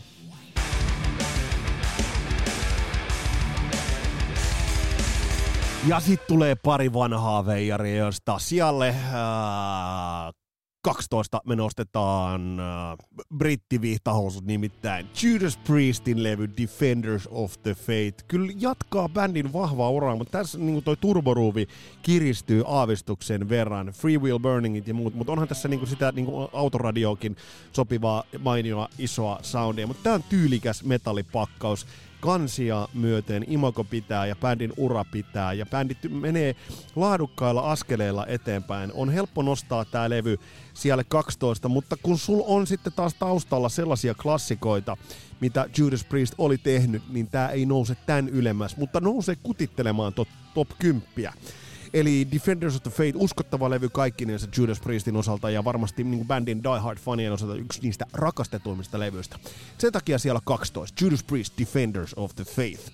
Ja sit tulee pari vanhaa veijaria, josta sijalle 12 me nostetaan brittivihtahousut, nimittäin Judas Priestin levy Defenders of the Faith. Kyllä jatkaa bändin vahvaa uraa, mutta tässä niin toi turboruuvi kiristyy aavistuksen verran. Free Will Burningit ja muut, mutta onhan tässä niin sitä niin autoradioakin sopivaa, mainioa, isoa soundia. Mutta tää on tyylikäs metallipakkaus. Kansia myöten, imago pitää ja bändin ura pitää ja bändi menee laadukkailla askeleilla eteenpäin. On helppo nostaa tää levy siellä 12, mutta kun sul on sitten taas taustalla sellaisia klassikoita, mitä Judas Priest oli tehnyt, niin tää ei nouse tän ylemmäs, mutta nousee kutittelemaan top 10. Eli Defenders of the Faith, uskottava levy kaikkinensa Judas Priestin osalta ja varmasti niin bändin Die Hard-fanien osalta yksi niistä rakastetuimmista levyistä. Sen takia siellä 12, Judas Priest, Defenders of the Faith.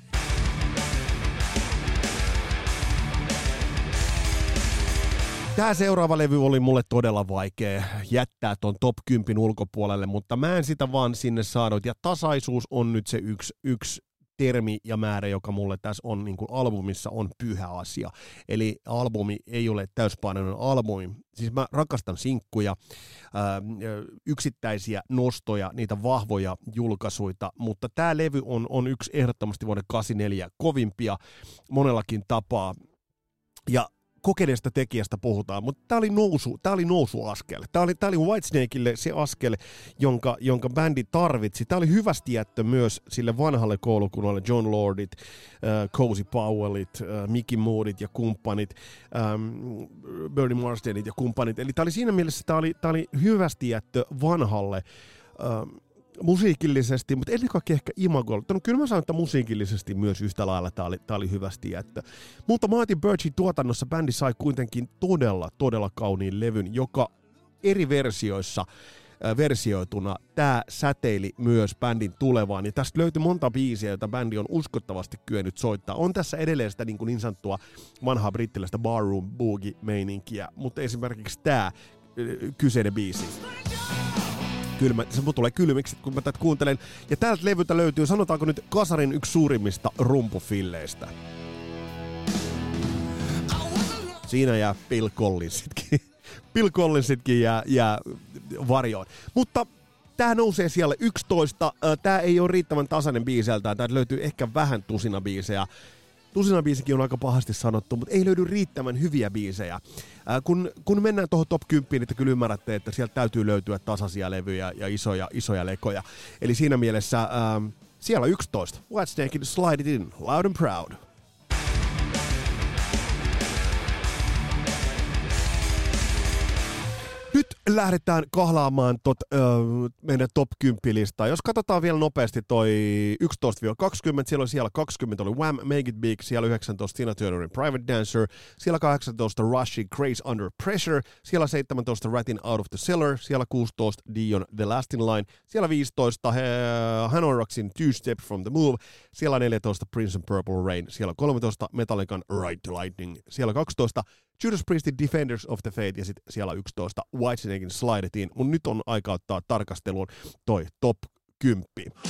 Tämä seuraava levy oli mulle todella vaikea jättää ton top 10 ulkopuolelle, mutta mä en sitä vaan sinne saanut. Ja tasaisuus on nyt se yksi termi ja määrä, joka mulle tässä on niin kuin albumissa on pyhä asia. Eli albumi ei ole täyspainoinen albumi. Siis mä rakastan sinkkuja, yksittäisiä nostoja, niitä vahvoja julkaisuita, mutta tämä levy on yksi ehdottomasti vuoden 84 kovimpia monellakin tapaa. Ja kokeneesta tekijästä puhutaan, mutta tämä oli nousuaskel. Tämä oli Whitesnakelle se askel, jonka bändi tarvitsi. Tämä oli hyvästi jättö myös sille vanhalle koulukunnalle, John Lordit, Cozy Powellit, Mickey Moodit ja kumppanit, Bernie Marsdenit ja kumppanit. Eli tämä oli siinä mielessä, tämä oli hyvästi jättö vanhalle musiikillisesti, mutta ennen kaikkea ehkä imagolla. No, kyllä mä sanon, että musiikillisesti myös yhtä lailla tämä oli hyvästi jättö. Mutta Martin Birchin tuotannossa bändi sai kuitenkin todella kauniin levyn, joka eri versioissa versioituna tämä säteili myös bändin tulevaan. Ja tästä löytyi monta biisiä, joita bändi on uskottavasti kyennyt soittaa. On tässä edelleen sitä niin sanottua vanhaa brittiläistä barroom boogie-meininkiä, mutta esimerkiksi tämä kyseinen biisi. Se tulee kylmiksi, kun mä tätä kuuntelen. Ja tältä levyltä löytyy, sanotaanko nyt, kasarin yksi suurimmista rumpufilleistä. Siinä jää Bill Collinsitkin jää varjoon. Mutta tää nousee siellä 11. Tää ei ole riittävän tasainen biiseltään. Täältä löytyy ehkä vähän tusina biisejä. Tusina biisikin on aika pahasti sanottu, mutta ei löydy riittävän hyviä biisejä. Kun mennään tuohon top 10, niin te kyllä ymmärrätte, että sieltä täytyy löytyä tasaisia levyjä ja isoja lekoja. Eli siinä mielessä siellä 11. Whitesnakein Slide It In, Loud and Proud. Nyt lähdetään kahlaamaan meidän top 10-listaa. Jos katsotaan vielä nopeasti toi 11-20, siellä 20 oli Wham, Make It Big, siellä 19 Tina Turnerin Private Dancer, siellä 18 Rushing Craze Under Pressure, siellä 17 Ratting Out of the Cellar, siellä 16 Dion The Last in Line, siellä 15 Hanoi Rocksin Two Step From the Move, siellä 14 Prince and Purple Rain, siellä 13 Metallican Ride the Lightning, siellä 12 Judas Priestin Defenders of the Faith ja sitten siellä 11 Whitesnakein Slidetiin, mutta nyt on aika ottaa tarkasteluun toi top 10.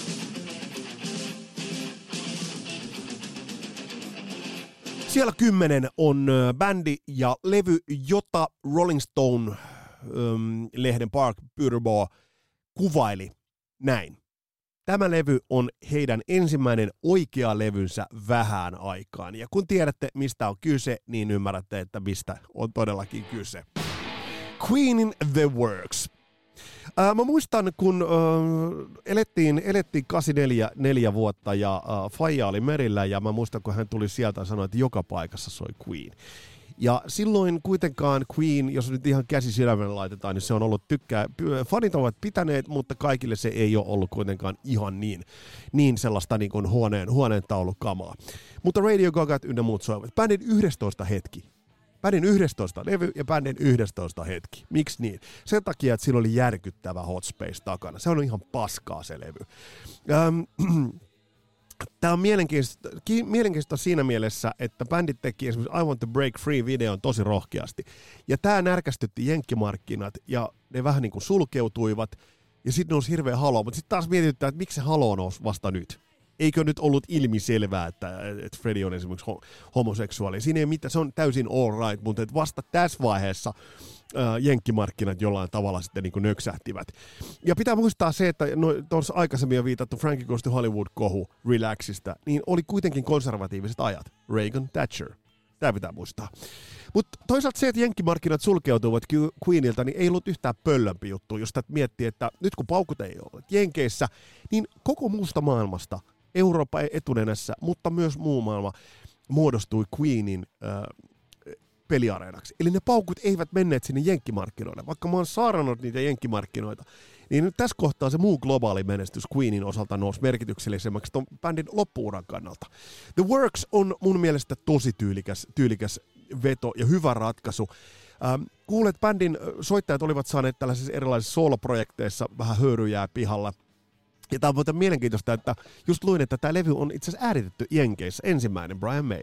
Siellä 10 on bändi ja levy, jota Rolling Stone-lehden Park Puterbaugh kuvaili näin. Tämä levy on heidän ensimmäinen oikea levynsä vähään aikaan. Ja kun tiedätte, mistä on kyse, niin ymmärrätte, että mistä on todellakin kyse. Queenin The Works. Mä muistan, kun elettiin 84 vuotta ja Faija oli merillä ja mä muistan, kun hän tuli sieltä ja sanoi, että joka paikassa soi Queen. Ja silloin kuitenkaan Queen, jos nyt ihan käsi sydämellä laitetaan, niin se on ollut fanit ovat pitäneet, mutta kaikille se ei ole ollut kuitenkaan ihan niin sellaista niin kuin huoneen taulukamaa. Mutta Radio Gagat ynnä muut soivat. Bändin 11 hetki. Bändin 11 levy ja bändin 11 hetki. Miksi niin? Sen takia, että sillä oli järkyttävä Hot Space takana. Se on ihan paskaa se levy. Tämä on mielenkiintoista siinä mielessä, että bändit teki esimerkiksi I Want to Break Free-videon tosi rohkeasti. Ja tämä närkästytti jenkkimarkkinat ja ne vähän niin kuin sulkeutuivat ja sitten nousi hirveä halo. Mutta sitten taas mietityttää, että miksi se halo nousi vasta nyt. Eikö nyt ollut ilmiselvää, että Freddie on esimerkiksi homoseksuaali? Siinä ei mitään, se on täysin all right, mutta vasta tässä vaiheessa jenkkimarkkinat jollain tavalla sitten niin kuin nöksähtivät. Ja pitää muistaa se, että tuossa aikaisemmin on viitattu Frankie Goes to Hollywood-kohu Relaxista, niin oli kuitenkin konservatiiviset ajat. Reagan, Thatcher. Tämä pitää muistaa. Mutta toisaalta se, että jenkkimarkkinat sulkeutuivat Queenilta, niin ei ollut yhtään pöllömpi juttu, jos miettii, että nyt kun paukut ei ole Jenkeissä, niin koko muusta maailmasta, Eurooppa etunenässä, mutta myös muu maailma muodostui Queenin peliareenaksi. Eli ne paukut eivät menneet sinne jenkkimarkkinoille. Vaikka mä oon saarannut niitä jenkkimarkkinoita, niin nyt tässä kohtaa se muu globaali menestys Queenin osalta nousi merkityksellisemmäksi ton bändin loppuuran kannalta. The Works on mun mielestä tosi tyylikäs veto ja hyvä ratkaisu. Kuulet, bändin soittajat olivat saaneet tällaisissa erilaisissa solo-projekteissa vähän höyryjää pihalla. Ja tämä on muuten mielenkiintoista, että just luin, että tämä levy on itse asiassa ääritetty Jenkeissä, ensimmäinen Brian May.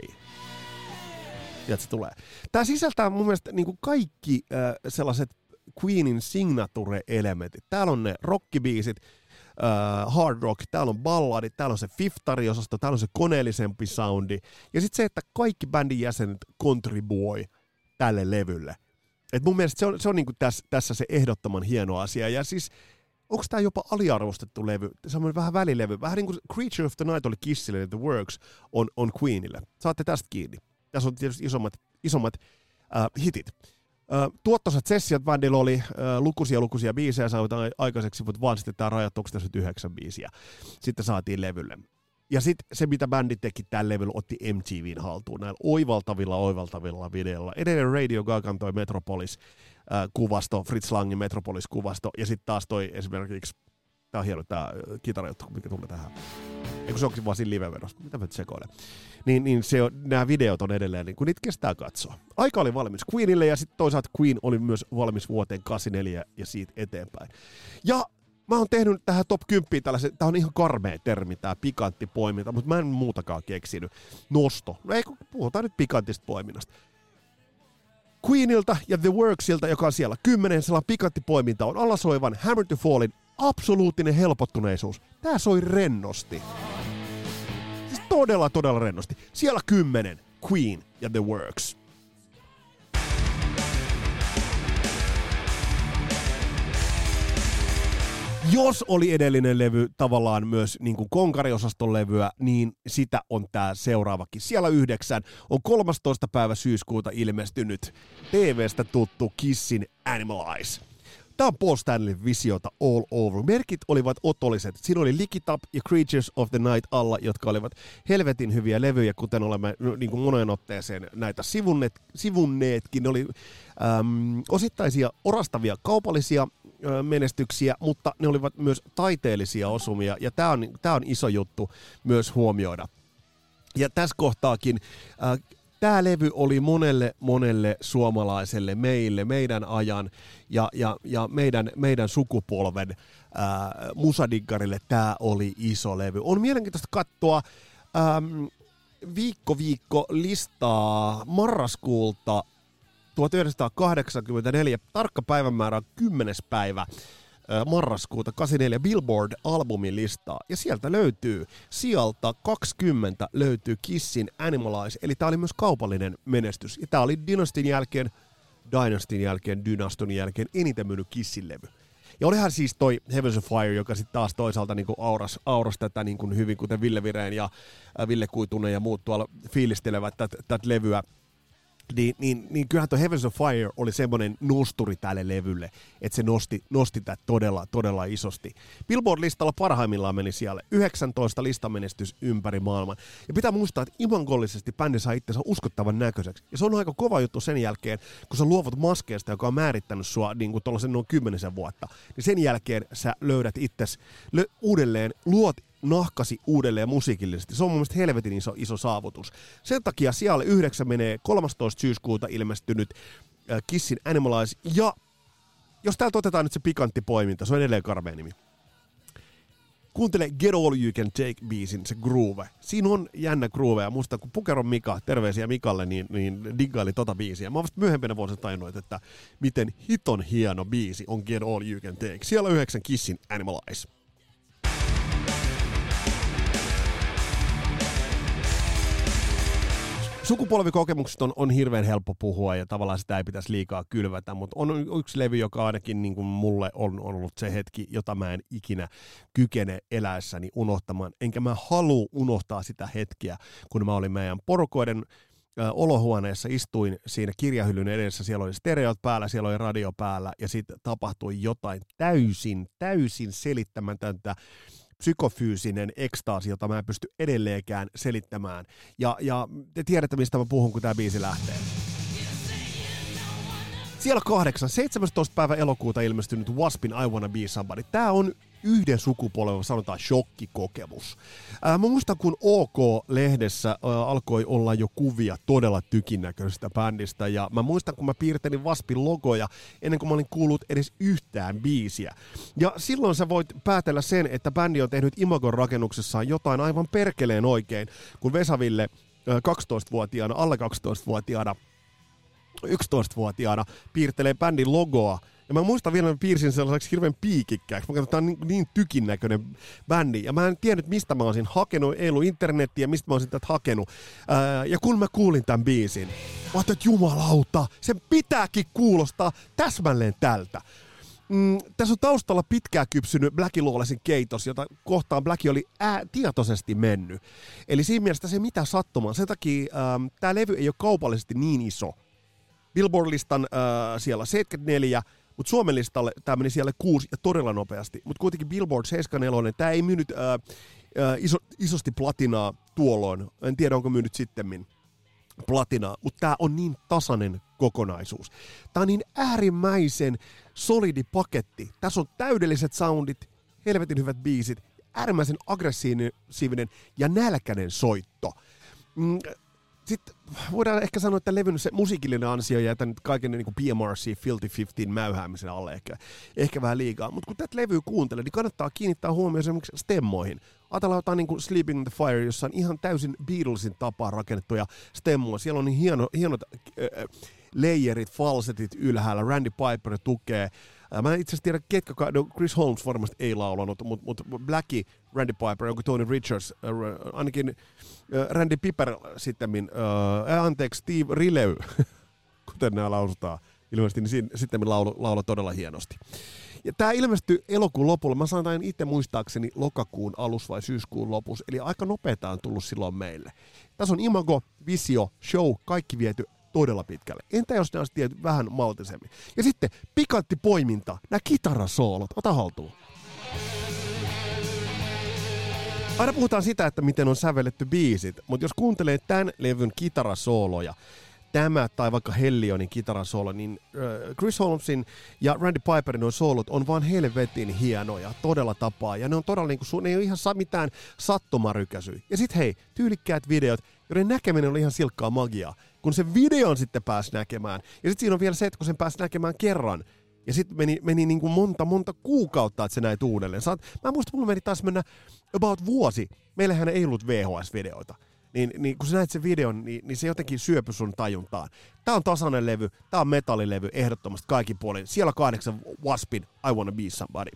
Ja se tulee. Tämä sisältää mun mielestä niin kuin kaikki sellaiset Queenin signature-elementit. Täällä on ne rockibiisit, hard rock, täällä on balladit, täällä on se fiftari-osasto, täällä on se koneellisempi soundi. Ja sitten se, että kaikki bändin jäsenet kontribuoi tälle levylle. Et mun mielestä se on niin kuin tässä se ehdottoman hieno asia. Ja siis onko tämä jopa aliarvostettu levy? Se on vähän välilevy. Vähän niin kuin Creature of the Night oli Kissille ja The Works on Queenille. Saatte tästä kiinni. Tässä on tietysti isommat hitit. Tuottoisat sessiot bändillä oli lukuisia biisejä saavutaan aikaiseksi, mutta vaan sitten tämä rajattu 9 biisiä. Sitten saatiin levylle. Ja sitten se, mitä bändi teki tällä levyllä, otti MTVn haltuun näillä oivaltavilla videoilla. Edelleen Radio Gagan toi Metropolis-kuvasto, Fritz Langin Metropolis-kuvasto, ja sitten taas toi esimerkiksi, tää on hieno tää kitarajuttu, mikä tulee tähän. Eikö se onkin vaan siinä live-vedossa? Mitä mä sekoilen? Niin nämä videot on edelleen, niin kun niitä kestää katsoa. Aika oli valmis Queenille, ja sitten toisaalta Queen oli myös valmis vuoteen 84 ja siitä eteenpäin. Ja mä oon tehnyt tähän top 10 tällaisen, tää on ihan karmea termi, tää pikantti poiminta, mutta mä en muutakaan keksinyt. Nosto. No ei, puhutaan nyt pikantista poiminnasta. Queenilta ja The Worksilta, joka on siellä 10, sellainen pikantti poiminta on alasoivan Hammer to Fallin absoluuttinen helpottuneisuus. Tää soi rennosti. Siis todella rennosti. Siellä 10, Queen ja The Works. Jos oli edellinen levy tavallaan myös niin kuin konkariosaston levyä, niin sitä on tää seuraavakin. Siellä 9 on 13. päivä syyskuuta ilmestynyt TV:stä tuttu Kissin Animalize. Tämä on Paul Stanleyn visiota all over. Merkit olivat otolliset. Siinä oli Lick It Up ja Creatures of the Night alla, jotka olivat helvetin hyviä levyjä, kuten olemme niin kuin moneen otteeseen näitä sivunneetkin. Ne oli osittaisia orastavia kaupallisia menestyksiä, mutta ne olivat myös taiteellisia osumia, ja tämä on iso juttu myös huomioida. Ja tässä kohtaakin tämä levy oli monelle suomalaiselle, meidän ajan ja meidän sukupolven musadiggarille tämä oli iso levy. On mielenkiintoista katsoa viikko listaa marraskuulta 1984, tarkka päivämäärä on 10. päivä marraskuuta 84 Billboard-albumin listaa. Ja sieltä löytyy, sieltä 20 löytyy Kissin Animalize, eli tää oli myös kaupallinen menestys. Ja tää oli Dynastin jälkeen eniten myynyt Kissin levy. Ja olihan siis toi Heaven's a Fire, joka sitten taas toisaalta niinku auras tätä niinku hyvin, kuten Ville Vireen ja Ville Kuitunen ja muut tuolla fiilistelevät tätä levyä. Niin kyllähän tuo Heaven's a Fire oli semmoinen nosturi tälle levylle, että se nosti tätä todella isosti. Billboard-listalla parhaimmillaan meni siellä 19 listamenestys ympäri maailman. Ja pitää muistaa, että imagollisesti bändi saa itsensä uskottavan näköiseksi. Ja se on aika kova juttu sen jälkeen, kun sä luovut maskeesta, joka on määrittänyt sua niin kuin tuollaisen noin 10 vuotta. Niin sen jälkeen sä löydät itsesi uudelleen, luot nahkasi uudelleen musiikillisesti. Se on mun mielestä helvetin iso saavutus. Sen takia siellä 9 menee 13. syyskuuta ilmestynyt Kissin Animalize. Ja jos täältä otetaan nyt se pikantti poiminta, se on edelleen karmea nimi. Kuuntele Get All You Can Take-biisin, se groove. Siinä on jännä groove, ja musta kun Pukeron Mika, terveisiä Mikalle, niin diggaili tota biisiä. Mä oon vasta myöhempänä vuosina tajunnut, että miten hiton hieno biisi on Get All You Can Take. Siellä 9 Kissin Animalize. Sukupolvikokemuksista on hirveän helppo puhua ja tavallaan sitä ei pitäisi liikaa kylvätä, mutta on yksi levy, joka ainakin niin kuin mulle on ollut se hetki, jota mä en ikinä kykene eläessäni unohtamaan. Enkä mä halua unohtaa sitä hetkeä, kun mä olin meidän porukoiden olohuoneessa, istuin siinä kirjahyllyn edessä, siellä oli stereot päällä, siellä oli radio päällä ja sitten tapahtui jotain täysin selittämätöntä, psykofyysinen ekstaasi, jota mä en pysty edelleenkään selittämään. Ja te tiedätte, mistä mä puhun, kun tää biisi lähtee. Siellä 17. päivä elokuuta ilmestynyt Waspin I Wanna Be Somebody. Tää on yhden sukupolven, sanotaan, shokkikokemus. Mä muistan, kun OK-lehdessä alkoi olla jo kuvia todella tykinnäköisestä bändistä, ja mä muistan, kun mä piirtelin Waspin logoja ennen kuin mä olin kuullut edes yhtään biisiä. Ja silloin sä voit päätellä sen, että bändi on tehnyt imagon rakennuksessaan jotain aivan perkeleen oikein, kun Vesaville 12-vuotiaana, alle 12-vuotiaana, 11-vuotiaana piirtelee bändin logoa. Ja mä muistan vielä, että mä piirsin sellaiseksi hirveän piikikkääksi. Mä katsoin, että tää on niin tykinnäköinen bändi. Ja mä en tiennyt, mistä mä olisin hakenut. Ei ollut internettiä, mistä mä olisin tätä hakenut. Ja kun mä kuulin tämän biisin, mä ajattelin, että jumalauta, sen pitääkin kuulostaa täsmälleen tältä. Tässä on taustalla pitkään kypsynyt Blackie Lawlessin keitos, jota kohtaan Blackie oli tietoisesti mennyt. Eli siinä mielessä se ei mitään sattumaa. Sen takia tää levy ei ole kaupallisesti niin iso. Billboard-listan siellä 74, mutta Suomen listalle tämä meni siellä 6 ja todella nopeasti. Mutta kuitenkin Billboard 74, tämä ei myynyt isosti platinaa tuolloin. En tiedä, onko myynyt sittemmin platinaa, mutta tämä on niin tasainen kokonaisuus. Tämä on niin äärimmäisen solidi paketti. Tässä on täydelliset soundit, helvetin hyvät biisit, äärimmäisen aggressiivinen ja nälkäinen soitto. Sitten voidaan ehkä sanoa, että levyn se musiikillinen ansio jää tämän kaiken niin kuin PMRC, Filthy 15 mäyhäämisen alle ehkä vähän liikaa. Mutta kun tätä levyä kuuntelee, niin kannattaa kiinnittää huomioon esimerkiksi stemmoihin. Ajatellaan jotain niin kuin Sleeping in the Fire, jossa on ihan täysin Beatlesin tapaan rakennettuja stemmoja. Siellä on niin hienot layerit, falsetit ylhäällä, Randy Piper tukee. Mä en itse asiassa tiedä, ketkä, Chris Holmes varmasti ei laulanut, mutta Blackie, Randy Piper, joku Tony Richards, ainakin Randy Piper sittemmin, Steve Riley, kuten nämä lausutaan, ilmeisesti niin sittemmin laula todella hienosti. Ja tää ilmestyi elokuun lopulla, mä sanoin itse muistaakseni lokakuun alus vai syyskuun lopussa, eli aika nopeeta on tullut silloin meille. Tässä on imago, visio, show, kaikki viety todella pitkälle. Entä jos ne olisi tietty vähän maltisemmin? Ja sitten pikantti poiminta, nämä kitarasoolot, ota haltuun. Aina puhutaan sitä, että miten on sävelletty biisit, mutta jos kuuntelee tämän levyn kitarasooloja, tämä tai vaikka Hellionin kitarasoolo, niin Chris Holmesin ja Randy Piperin nuo soolot on vaan helvetin hienoja, todella tapaa, ja ne on todella niinku, ne ei ole ihan mitään sattumarykäsyä. Ja sit hei, tyylikkäät videot, joiden näkeminen oli ihan silkkaa magiaa, kun se videon sitten pääsi näkemään. Ja sit siinä on vielä se, että kun sen pääsi näkemään kerran, ja sitten meni niin kuin monta kuukautta, että se näit uudelleen. Mä muistan, mulla meni taas mennä about vuosi. Meillähän ei ollut VHS-videoita. niin kun sä näet sen videon, niin se jotenkin syöpy sun tajuntaan. Tää on tasainen levy, tää on metallilevy ehdottomasti kaikin puolin. Siellä 8 Waspin I Wanna Be Somebody.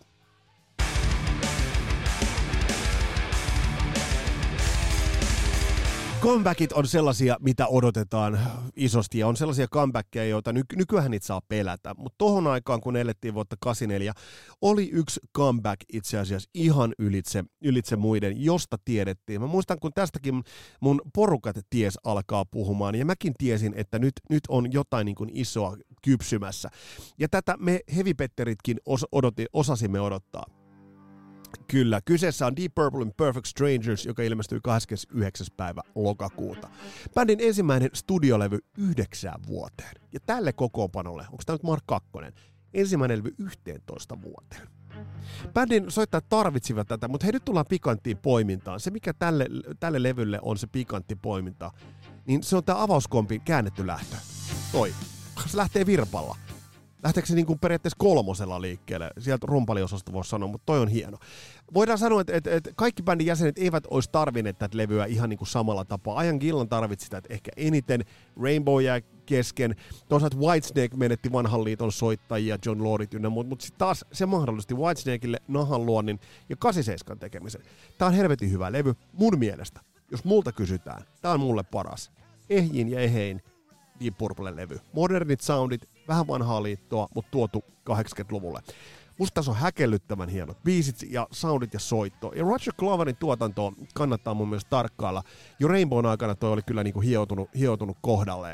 Comebackit on sellaisia, mitä odotetaan isosti, ja on sellaisia comebackkejä, joita nykyään niitä saa pelätä. Mutta tohon aikaan, kun elettiin vuotta 84, oli yksi comeback itse asiassa ihan ylitse muiden, josta tiedettiin. Mä muistan, kun tästäkin mun porukat ties alkaa puhumaan, ja mäkin tiesin, että nyt on jotain niin kuin isoa kypsymässä. Ja tätä me heavy-petteritkin osasimme odottaa. Kyllä, kyseessä on Deep Purplen Perfect Strangers, joka ilmestyi 29. päivä lokakuuta. Bändin ensimmäinen studiolevy 9 vuoteen. Ja tälle kokoonpanolle, onko tämä nyt Mark 2, ensimmäinen levy 11 vuoteen. Bändin soittajat tarvitsivat tätä, mutta nyt tullaan pikanttiin poimintaan. Se, mikä tälle levylle on se pikantti poiminta, niin se on tämä avauskompin käännetty lähtö. Se lähtee virpalla. Lähteekö se niin kuin periaatteessa 3 liikkeelle? Sieltä rumpaliosasta voisi sanoa, mutta toi on hieno. Voidaan sanoa, että kaikki bändin jäsenet eivät olisi tarvinneet tätä levyä ihan niin kuin samalla tapaa. Ian Gillan tarvitsi sitä ehkä eniten. Rainbow jää kesken. Toisaalta Whitesnake menetti vanhan liiton soittajia, John Lordit ynnä, mutta sitten taas se mahdollisti Whitesnakeille nahan luonnin ja 87 tekemisen. Tää on helvetin hyvä levy mun mielestä. Jos multa kysytään, tää on mulle paras. Ehjin ja ehein Deep Purplen levy. Modernit soundit, vähän vanhaa liittoa, mutta tuotu 80-luvulle. Musta tässä on häkellyttävän hienot biisit ja soundit ja soitto. Ja Roger Gloverin tuotantoa kannattaa mun mielestä tarkkailla. Jo Rainbown aikana toi oli kyllä niinku hioutunut kohdalleen.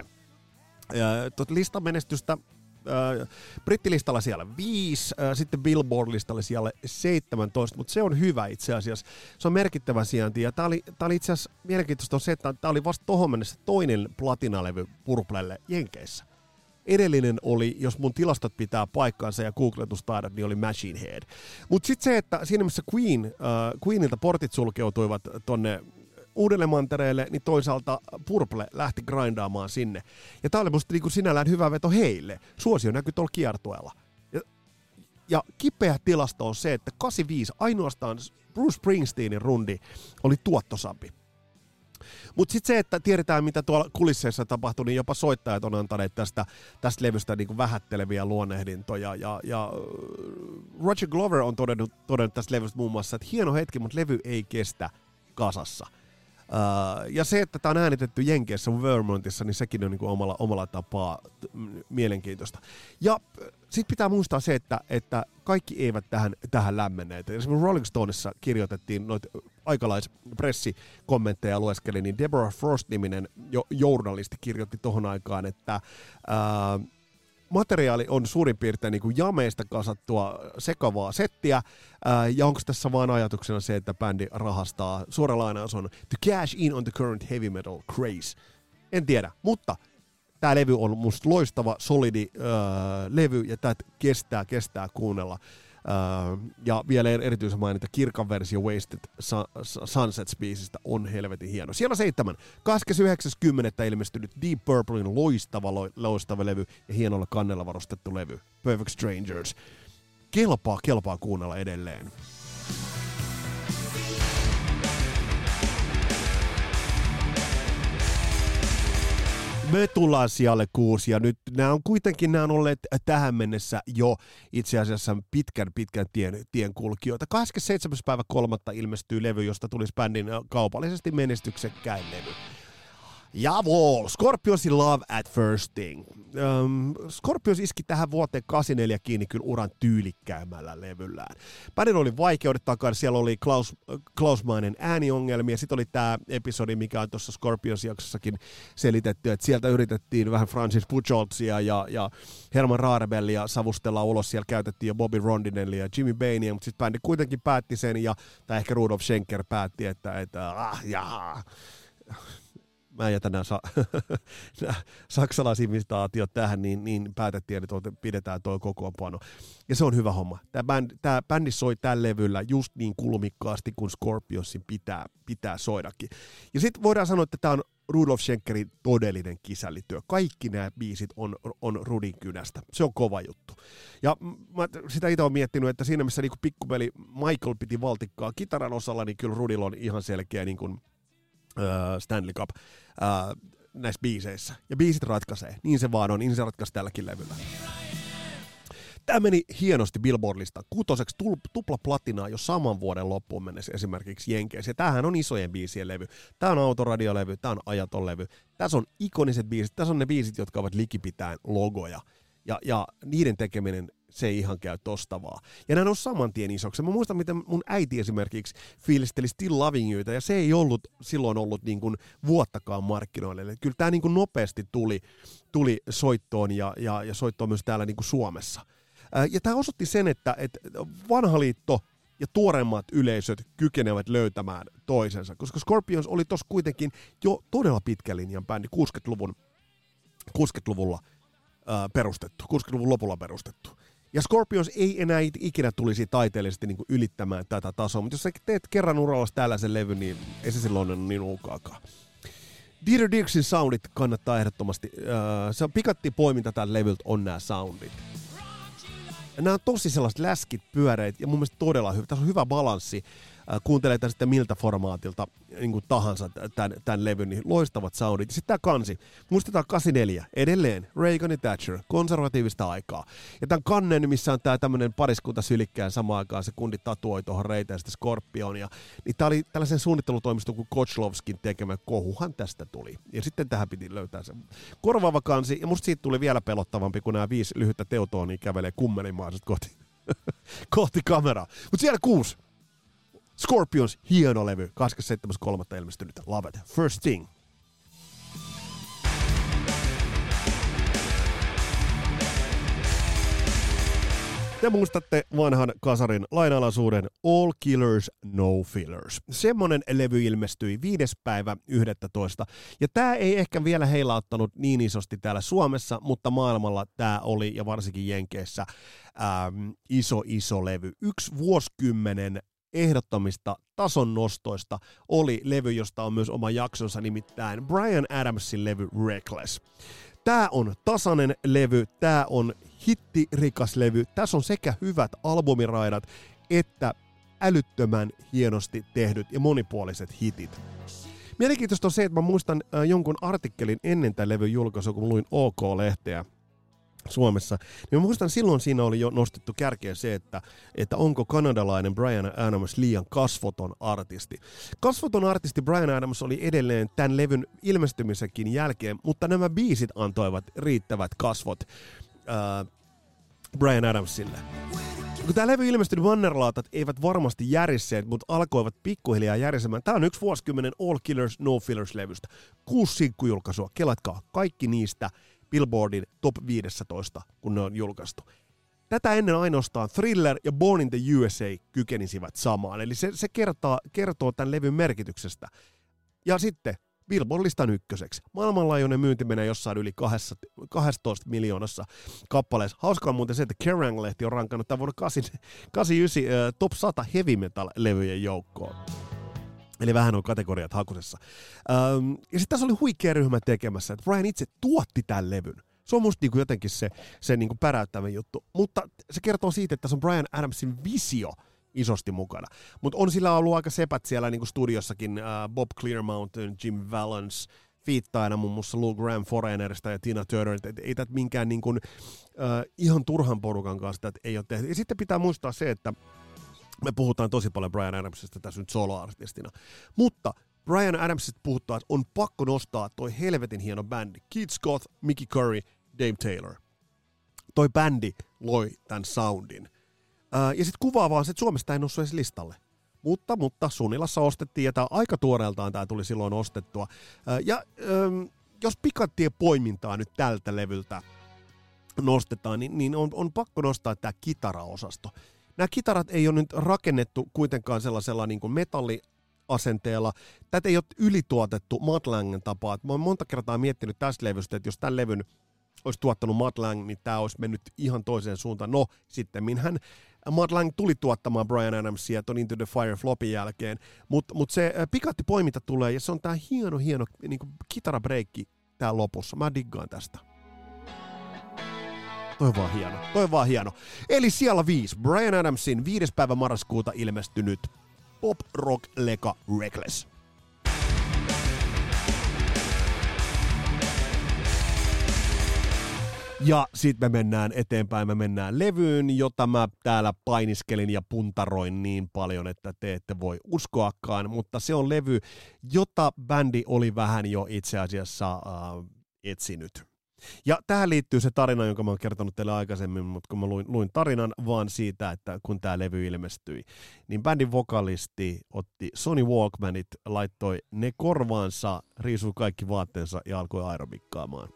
Listan menestystä brittilistalla siellä 5, sitten Billboard-listalla siellä 17, mutta se on hyvä itse asiassa. Se on merkittävä sijainti, ja tää oli itse asiassa mielenkiintoista on se, että tää oli vasta tohon mennessä toinen platinalevy Purplelle Jenkeissä. Edellinen oli, jos mun tilastot pitää paikkaansa ja googletustaidot, niin oli Machine Head. Mutta sitten se, että siinä missä Queenilta portit sulkeutuivat tonne uudelle mantereelle, niin toisaalta Purple lähti grindaamaan sinne. Ja tää oli musta niinku sinällään hyvä veto heille. Suosio näkyy tuolla kiertueella. Ja kipeä tilasto on se, että 85 ainoastaan Bruce Springsteenin rundi oli tuottosampi. Mutta sitten se, että tiedetään mitä tuolla kulisseissa tapahtui, niin jopa soittajat on antaneet tästä levystä niinku vähätteleviä luonnehdintoja. Ja Roger Glover on todennut tästä levystä muun muassa, että hieno hetki, mutta levy ei kestä kasassa. Ja se, että tämä on äänitetty Jenkeissä Vermontissa, niin sekin on niinku omalla tapaa mielenkiintoista. Ja sitten pitää muistaa se, että kaikki eivät tähän lämmenneet. Esimerkiksi Rolling Stonesissa kirjoitettiin noita aikalaispressikommentteja lueskeli, niin Deborah Frost-niminen journalisti kirjoitti tohon aikaan, että materiaali on suurin piirtein niin kuin jameista kasattua sekavaa settiä, ja onko tässä vaan ajatuksena se, että bändi rahastaa, suora lainaus on to cash in on the current heavy metal craze. En tiedä, mutta tämä levy on musta loistava, solidi levy, ja tämä kestää kuunnella. Ja vielä erityisen mainita kirkan versio Wasted Sunsets-biisistä on helvetin hieno. Siellä 7. 29.10. ilmestynyt Deep Purplen loistava levy ja hienolla kannella varustettu levy Perfect Strangers. Kelpaa kuunnella edelleen. Me tullaan sijalle 6, ja nyt nämä on olleet tähän mennessä jo itse asiassa pitkän tien kulkijoita. 27.3. ilmestyy levy, josta tulisi bändin kaupallisesti menestyksekkäin levy. Jawohl, Scorpionsin Love at First Sting. Scorpions iski tähän vuoteen 84 kiinni kyllä uran tyylikkäämmällä levyllään. Bändillä oli vaikeudet takana, siellä oli Klausmainen ääniongelmia, sitten oli tämä episodi, mikä on tuossa Scorpions-jaksossakin selitetty, että sieltä yritettiin vähän Francis Buchholzia ja Herman Rarebellia savustella ulos, siellä käytettiin jo Bobby Rondinellia ja Jimmy Bainea, mutta sitten bändi kuitenkin päätti sen, tai ehkä Rudolf Schenker päätti, että mä jätän nämä saksalaisimitaatiot tähän, niin päätettiin, että pidetään toi kokoonpano. Ja se on hyvä homma. Tämä bändi soi tällä levyllä just niin kulmikkaasti, kuin Scorpionsin pitää soidakin. Ja sitten voidaan sanoa, että tämä on Rudolf Schenkerin todellinen kisällityö. Kaikki nämä biisit on Rudin kynästä. Se on kova juttu. Ja mä sitä itse olen miettinyt, että siinä missä niin pikkuveli Michael piti valtikkaa kitaran osalla, niin kyllä Rudilla on ihan selkeä niin kuin Stanley Cup näissä biiseissä. Ja biisit ratkaisee. Niin se vaan on, niin se ratkaisi tälläkin levyllä. Tämä meni hienosti Billboard-listaan. 6. tupla platinaa jo saman vuoden loppuun mennessä esimerkiksi Jenkeissä. Ja tämähän on isojen biisien levy. Tämä on autoradiolevy, tämä on ajaton levy. Tässä on ikoniset biisit, tässä on ne biisit, jotka ovat likipitäen logoja. Ja niiden tekeminen, se ei ihan käy tosta vaan. Ja nämä on saman tien isoksi. Mä muistan, miten mun äiti esimerkiksi fiilisteli Still Loving Youta, ja se ei ollut silloin ollut niin kuin vuottakaan markkinoille. Eli kyllä tämä niin kuin nopeasti tuli soittoon ja soittoon myös täällä niin kuin Suomessa. Ja tämä osoitti sen, että vanha liitto ja tuoreimmat yleisöt kykenevät löytämään toisensa, koska Scorpions oli tossa kuitenkin jo todella pitkän linjan bändi 60-luvulla perustettu, 60-luvun lopulla perustettu. Ja Scorpions ei enää ikinä tulisi taiteellisesti niin kuin ylittämään tätä tasoa, mutta jos sä teet kerran urallasi tällaisen levyn, niin ei se silloin ole niin ulkaakaan. Dieter Dierksin soundit kannattaa ehdottomasti. Se on pikatti poiminta tällä levyltä on nämä soundit. Nämä on tosi sellaiset läskit, pyöreät ja mun mielestä todella hyvä. Tässä on hyvä balanssi. Kuuntelee tämän sitten miltä formaatilta niin kuin tahansa tämän levyn, niin loistavat soundit. Sitten tämä kansi. Muistetaan 84. Edelleen Reagan ja Thatcher. Konservatiivista aikaa. Ja tämän kannen, missä on tämä tämmöinen pariskunta sylikkään samaan aikaan, se kundi tatuoi tuohon reiteen sitä Scorpionia. Niin tämä oli tällaisen suunnittelutoimiston kuin Kochlovskin tekemä kohuhan tästä tuli. Ja sitten tähän piti löytää se korvaava kansi. Ja musta siitä tuli vielä pelottavampi, kun nämä 5 lyhyttä teutoonia kävelee kummelimaisesti kohti kameraa. Mutta siellä 6. Scorpions, hieno levy, 27.3. ilmestynyt, Love It, First Thing. Te muistatte vanhan kasarin lainalaisuuden All Killers, No Fillers. Semmonen levy ilmestyi 5.11. Ja tää ei ehkä vielä heilauttanut niin isosti täällä Suomessa, mutta maailmalla tää oli, ja varsinkin Jenkeissä, iso levy. 1 vuosikymmenen ehdottomista tason nostoista oli levy, josta on myös oma jaksonsa, nimittäin Bryan Adamsin levy Reckless. Tää on tasainen levy, tää on hittirikas levy, tässä on sekä hyvät albumiraidat että älyttömän hienosti tehdyt ja monipuoliset hitit. Mielenkiintoista on se, että mä muistan jonkun artikkelin ennen tämän levyn julkaisua, kun luin OK-lehteä Suomessa, niin mä muistan silloin siinä oli jo nostettu kärkeen se, että onko kanadalainen Bryan Adams liian kasvoton artisti. Kasvoton artisti Bryan Adams oli edelleen tämän levyn ilmestymisenkin jälkeen, mutta nämä biisit antoivat riittävät kasvot Bryan Adamsille. Kun tämä levy ilmestyi, Mannerlaatat eivät varmasti järisseet, mutta alkoivat pikkuhiljaa järisemään. Tämä on 1 vuosikymmenen All Killers, No Fillers levystä. 6 sinkkujulkaisua, kelatkaa, kaikki niistä Billboardin top 15, kun ne on julkaistu. Tätä ennen ainoastaan Thriller ja Born in the USA kykenisivät samaan, eli se kertoo tämän levyn merkityksestä. Ja sitten Billboard-listan ykköseksi. Maailmanlaajuinen myynti menee jossain yli 12 miljoonassa kappaleessa. Hauskaa on muuten se, että Kerrang!-lehti on rankannut tämän vuonna 89 top 100 heavy metal-levyjen joukkoon. Eli vähän on kategoriat hakusessa. Ja sitten tässä oli huikea ryhmä tekemässä, että Bryan itse tuotti tämän levyn. Se on musta niinku jotenkin se niinku päräyttävä juttu. Mutta se kertoo siitä, että se on Bryan Adamsin visio isosti mukana. Mutta on sillä ollut aika sepät siellä niinku studiossakin, Bob Clearmountain, Jim Valance, fiittaina muun muassa Lou Gramm Foreignerista ja Tina Turner, ei tätä minkään niinku, ihan turhan porukan kanssa tätä ei ole tehty. Ja sitten pitää muistaa se, että me puhutaan tosi paljon Bryan Adamsista tässä nyt soloartistina, mutta Bryan Adamsista puhutaan, on pakko nostaa toi helvetin hieno bändi. Keith Scott, Mickey Curry, Dave Taylor. Toi bändi loi tämän soundin. Ja sitten kuvaavaa on se, että Suomesta ei noussut edes listalle. Mutta Sunilassa ostettiin, ja tää aika tuoreeltaan tää tuli silloin ostettua. Jos pikanttien poimintaa nyt tältä levyltä nostetaan, niin on pakko nostaa tää kitaraosasto. Nämä kitarat ei ole nyt rakennettu kuitenkaan sellaisella niin kuin metalliasenteella. Tätä ei ole ylituotettu Mutt Langen tapaa. Mä oon monta kertaa miettinyt tästä levystä, että jos tämän levyn olisi tuottanut Mutt Lange, niin tämä olisi mennyt ihan toiseen suuntaan. No, sitten minhän Mutt Lange tuli tuottamaan Bryan Adamsia ton Into the Fire flopin jälkeen, mutta se pikatti poiminta tulee, ja se on tää hieno niin kuin kitarabreikki täällä lopussa. Mä diggaan tästä. Toi on vaan hieno. Eli siellä 5. Bryan Adamsin 5. päivä marraskuuta ilmestynyt pop rock leka Reckless. Ja sitten me mennään eteenpäin, me mennään levyyn, jota mä täällä painiskelin ja puntaroin niin paljon, että te ette voi uskoakaan, mutta se on levy, jota bändi oli vähän jo itse asiassa etsinyt. Ja tähän liittyy se tarina, jonka mä oon kertonut teille aikaisemmin, mutta kun mä luin tarinan vaan siitä, että kun tää levy ilmestyi, niin bändin vokalisti otti Sony Walkmanit, laittoi ne korvaansa, riisui kaikki vaatteensa ja alkoi aerobikkaamaan.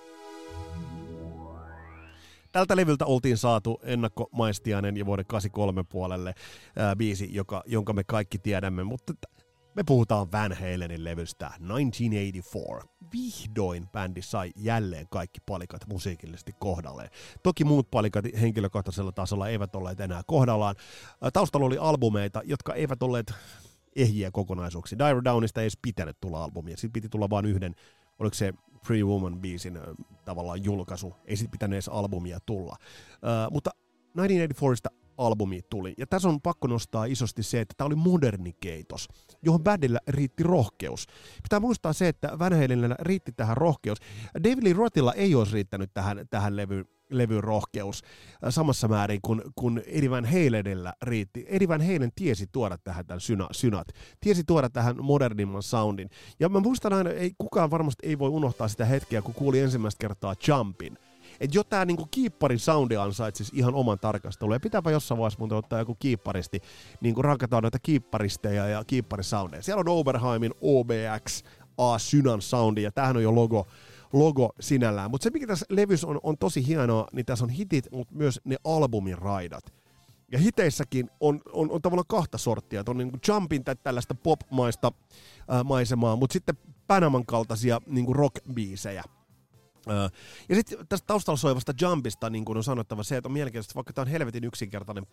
Tältä levyltä oltiin saatu ennakkomaistiainen ja vuoden 83 puolelle biisi, jonka me kaikki tiedämme, mutta me puhutaan Van Halenin levystä 1984. Vihdoin bändi sai jälleen kaikki palikat musiikillisesti kohdalleen. Toki muut palikat henkilökohtaisella tasolla eivät olleet enää kohdallaan. Taustalla oli albumeita, jotka eivät olleet ehjiä kokonaisuuksia. Diver Downista ei edes pitänyt tulla albumia, siitä piti tulla vain yhden, oliko se Free Woman-biisin tavallaan julkaisu, ei siitä pitänyt edes albumia tulla. Mutta 1984sta albumi tuli. Ja tässä on pakko nostaa isosti se, että tämä oli moderni keitos, johon bändillä riitti rohkeus. Pitää muistaa se, että Van Halenilla riitti tähän rohkeus. David Lee Rothilla ei olisi riittänyt tähän levyyn rohkeus samassa määrin kuin Eddie Van Halenilla riitti. Eddie Van Halen tiesi tuoda tähän tämän synat, tiesi tuoda tähän modernimman soundin. Ja mä muistan aina, kukaan varmasti ei voi unohtaa sitä hetkeä, kun kuuli ensimmäistä kertaa Jumpin. Että jo tää niinku kiipparin soundi ansaitsisi ihan oman tarkastelun. Ja pitääpä jossain vaiheessa muuten ottaa joku kiipparisti, niinku rankataan noita kiipparisteja ja kiipparisoundeja. Siellä on Oberheimin OBX A-synan soundi, ja tämähän on jo logo sinällään. Mutta se, mikä tässä levyssä on tosi hienoa, niin tässä on hitit, mutta myös ne albumin raidat. Ja hiteissäkin on tavallaan kahta sorttia. On niinku Jumpin tällaista pop-maista maisemaa, mutta sitten Panaman kaltaisia niinku rock-biisejä. Ja sitten tästä taustalla soivasta Jumpista niin on sanottava se, että on mielenkiintoista, vaikka tämä on helvetin yksinkertainen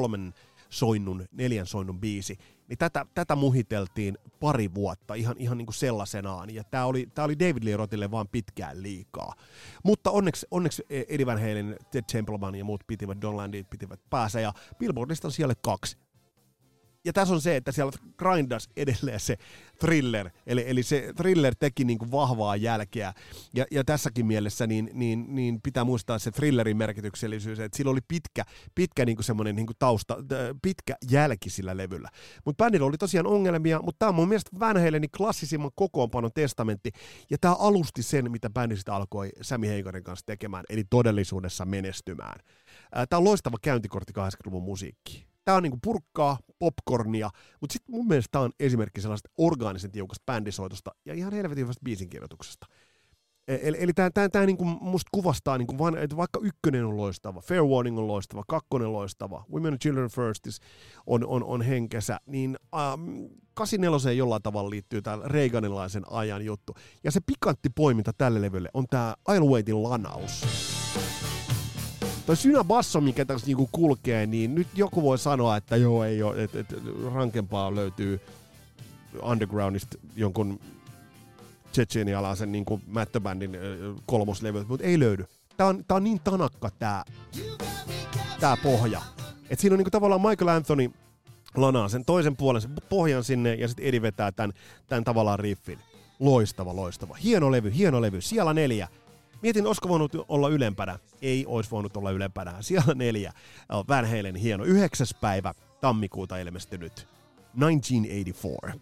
4 soinnun biisi, niin tätä muhiteltiin pari vuotta ihan niin kuin sellaisenaan, ja tämä oli David Lee Rothille vaan pitkään liikaa. Mutta onneksi Eddie Van Halen, Ted Templeman ja muut Don Landit pitivät päässä, ja Billboardista on siellä 2. Ja tässä on se, että siellä grindas edelleen se Thriller, eli se Thriller teki niin kuin vahvaa jälkeä, ja tässäkin mielessä niin pitää muistaa se Thrillerin merkityksellisyys, että sillä oli pitkä niin kuin semmoinen niin kuin tausta, pitkä jälki sillä levyllä. Mutta bändillä oli tosiaan ongelmia, mutta tämä on mun mielestä Van Halenin klassisimman kokoonpanon testamentti, ja tämä alusti sen, mitä bändi sitä alkoi Sammy Hagarin kanssa tekemään, eli todellisuudessa menestymään. Tämä on loistava käyntikortti 80-luvun musiikkiin. Tämä on niinku purkkaa, popcornia, mutta sitten mun mielestä tämä on esimerkki sellaista orgaanisen tiukasta bändisoitosta ja ihan helvetin hyvästä biisinkirjoituksesta. Eli tämä niinku musta kuvastaa, niinku että vaikka 1 on loistava, Fair Warning on loistava, 2 on loistava, Women and Children First on henkesä, niin 84 jollain tavalla liittyy tämä reaganilaisen ajan juttu. Ja se pikantti poiminta tälle levylle on tämä I'll Waitin lanaus. Toi synäbasso, mikä tässä niinku kulkee, niin nyt joku voi sanoa, että joo, ei ole, että rankempaa löytyy undergroundista jonkun tsetseenialaisen niinku mättöbändin 3. levyltä, mutta ei löydy. Tää on niin tanakka tää pohja. Et siinä on niinku tavallaan Michael Anthony lanaa sen toisen puolen, sen pohjan sinne, ja sitten Eddie vetää tän tavallaan riffin. Loistava. Hieno levy, siellä 4. Mietin, olisiko voinut olla ylempänä. Ei olisi voinut olla ylempänä. Siellä 4. Van Halen hieno. 9. päivä tammikuuta ilmestynyt. 1984.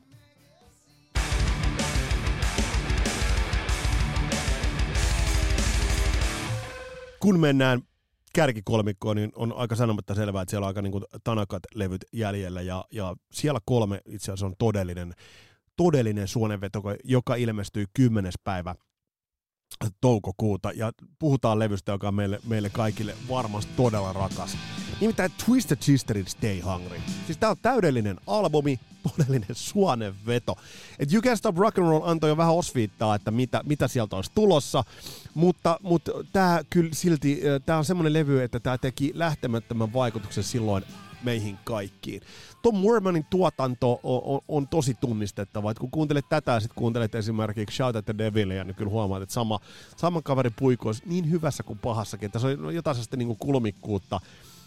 Kun mennään kärkikolmikkoon, niin on aika sanomatta selvää, että siellä on aika niin kuin tanakat levyt jäljellä. Ja siellä 3 itse asiassa on todellinen suonenveto, joka ilmestyy 10. päivä toukokuuta, ja puhutaan levystä, joka on meille kaikille varmasti todella rakas. Nimittäin Twisted Sisterin Stay Hungry. Siis tää on täydellinen albumi, todellinen suonenveto. Et You Can't Stop Rock and Roll antoi jo vähän osviittaa, että mitä sieltä olisi tulossa, mutta tää kyllä silti, tää on semmonen levy, että tää teki lähtemättömän vaikutuksen silloin meihin kaikkiin. Tom Wermanin tuotanto on tosi tunnistettava. Et kun kuuntelet tätä ja sitten kuuntelet esimerkiksi Shout at the Devilia, niin kyllä huomaat, että sama kaveri puikoisi niin hyvässä kuin pahassakin. Tässä on jotain sellaista niin kuin kulmikkuutta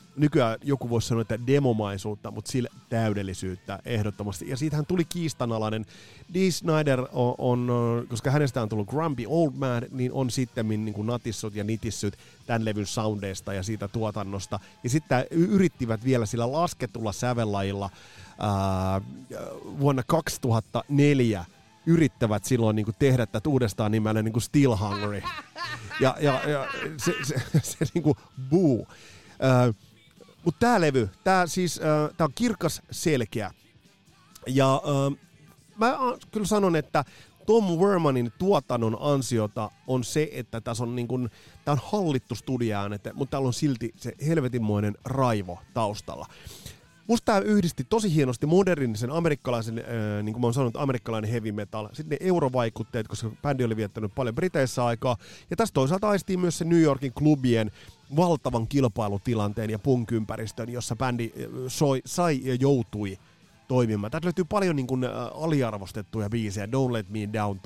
nykyään joku voisi sanoa, että demomaisuutta, mutta sillä täydellisyyttä ehdottomasti. Ja siitähän tuli kiistanalainen. Dee Snider on koska hänestä on tullut grumpy old man, niin on sittemmin niin kuin natissut ja nitissyt tämän levyn soundeista ja siitä tuotannosta. Ja sitten yrittivät vielä sillä lasketulla sävellajilla vuonna 2004 yrittävät silloin niin kuin tehdä tätä uudestaan nimellä niin kuin Still Hungry. Ja se niin kuin boo. Mutta tää levy, tää on kirkas, selkeä. Ja mä kyllä sanon, että Tom Wermanin tuotannon ansiota on se, että tässä on, niin kun, tää on hallittu studioäänet, mutta täällä on silti se helvetinmoinen raivo taustalla. Musta tää yhdisti tosi hienosti modernisen amerikkalaisen, niin kuin mä oon sanonut, amerikkalainen heavy metal, sitten ne eurovaikutteet, koska bändi oli viettänyt paljon Briteissä aikaa, ja tässä toisaalta aistiin myös se New Yorkin klubien valtavan kilpailutilanteen ja punk-ympäristön, jossa bändi sai ja joutui toimimaan. Täältä löytyy paljon niin kuin aliarvostettuja biisejä, Don't Let Me Down,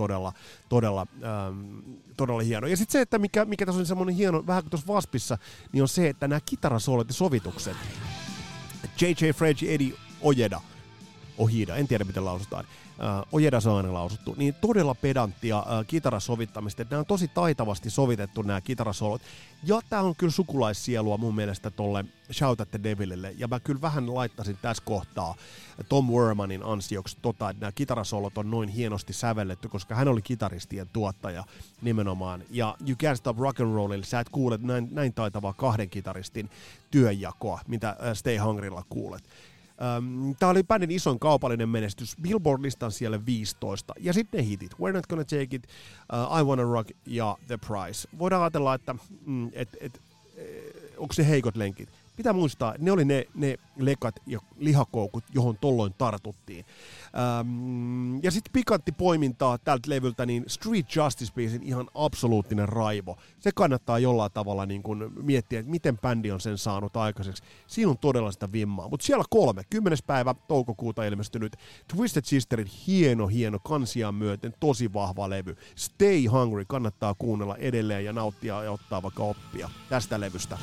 todella hieno. Ja sitten se, että mikä tässä on semmoinen hieno, vähän kuin tuossa Waspissa, niin on se, että nämä kitarasoolot ja sovitukset, J.J. Fredge, Eddie Ojeda, en tiedä miten lausutaan, Ojeda se on aina lausuttu, niin todella pedanttia kitarasovittamista, että nämä on tosi taitavasti sovitettu nämä kitarasolot, ja tämä on kyllä sukulaissielua mun mielestä tolle Shout at the Devilille, ja mä kyllä vähän laittaisin tässä kohtaa Tom Wermanin ansioksi että nämä kitarasolot on noin hienosti sävelletty, koska hän oli kitaristien tuottaja nimenomaan, ja You Can't Stop Rock'n'Rollilla sä et kuule näin taitavaa kahden kitaristin työnjakoa, mitä Stay Hungrylla kuulet. Tämä oli bändin isoin kaupallinen menestys, Billboard-listan siellä 15, ja sitten ne hitit, We're Not Gonna Take It, I Wanna Rock ja The Price. Voidaan ajatella, että onko se heikot lenkit. Pitää muistaa, ne oli ne lekat ja lihakoukut, johon tolloin tartuttiin. Ja sitten pikantti poimintaa tältä levyltä, niin Street Justice-biisin ihan absoluuttinen raivo. Se kannattaa jollain tavalla niin kun miettiä, että miten bändi on sen saanut aikaiseksi. Siinä on todella sitä vimmaa. Mutta siellä 10. päivä toukokuuta ilmestynyt Twisted Sisterin hieno kansiaan myöten, tosi vahva levy. Stay Hungry kannattaa kuunnella edelleen ja nauttia ja ottaa vaikka oppia tästä levystä.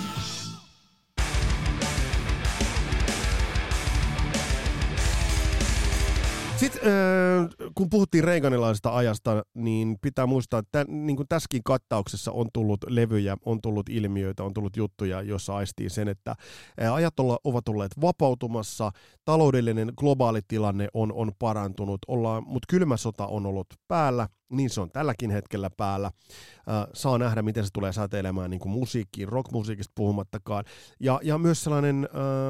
Sitten kun puhuttiin reaganilaisesta ajasta, niin pitää muistaa, että niin kuin tässäkin kattauksessa on tullut levyjä, on tullut ilmiöitä, on tullut juttuja, joissa aistii sen, että ajat ovat olleet vapautumassa, taloudellinen globaali tilanne on parantunut, mutta kylmä sota on ollut päällä, niin se on tälläkin hetkellä päällä. Saa nähdä, miten se tulee säteilemään niin kuin musiikkiin, rockmusiikista puhumattakaan, ja myös sellainen...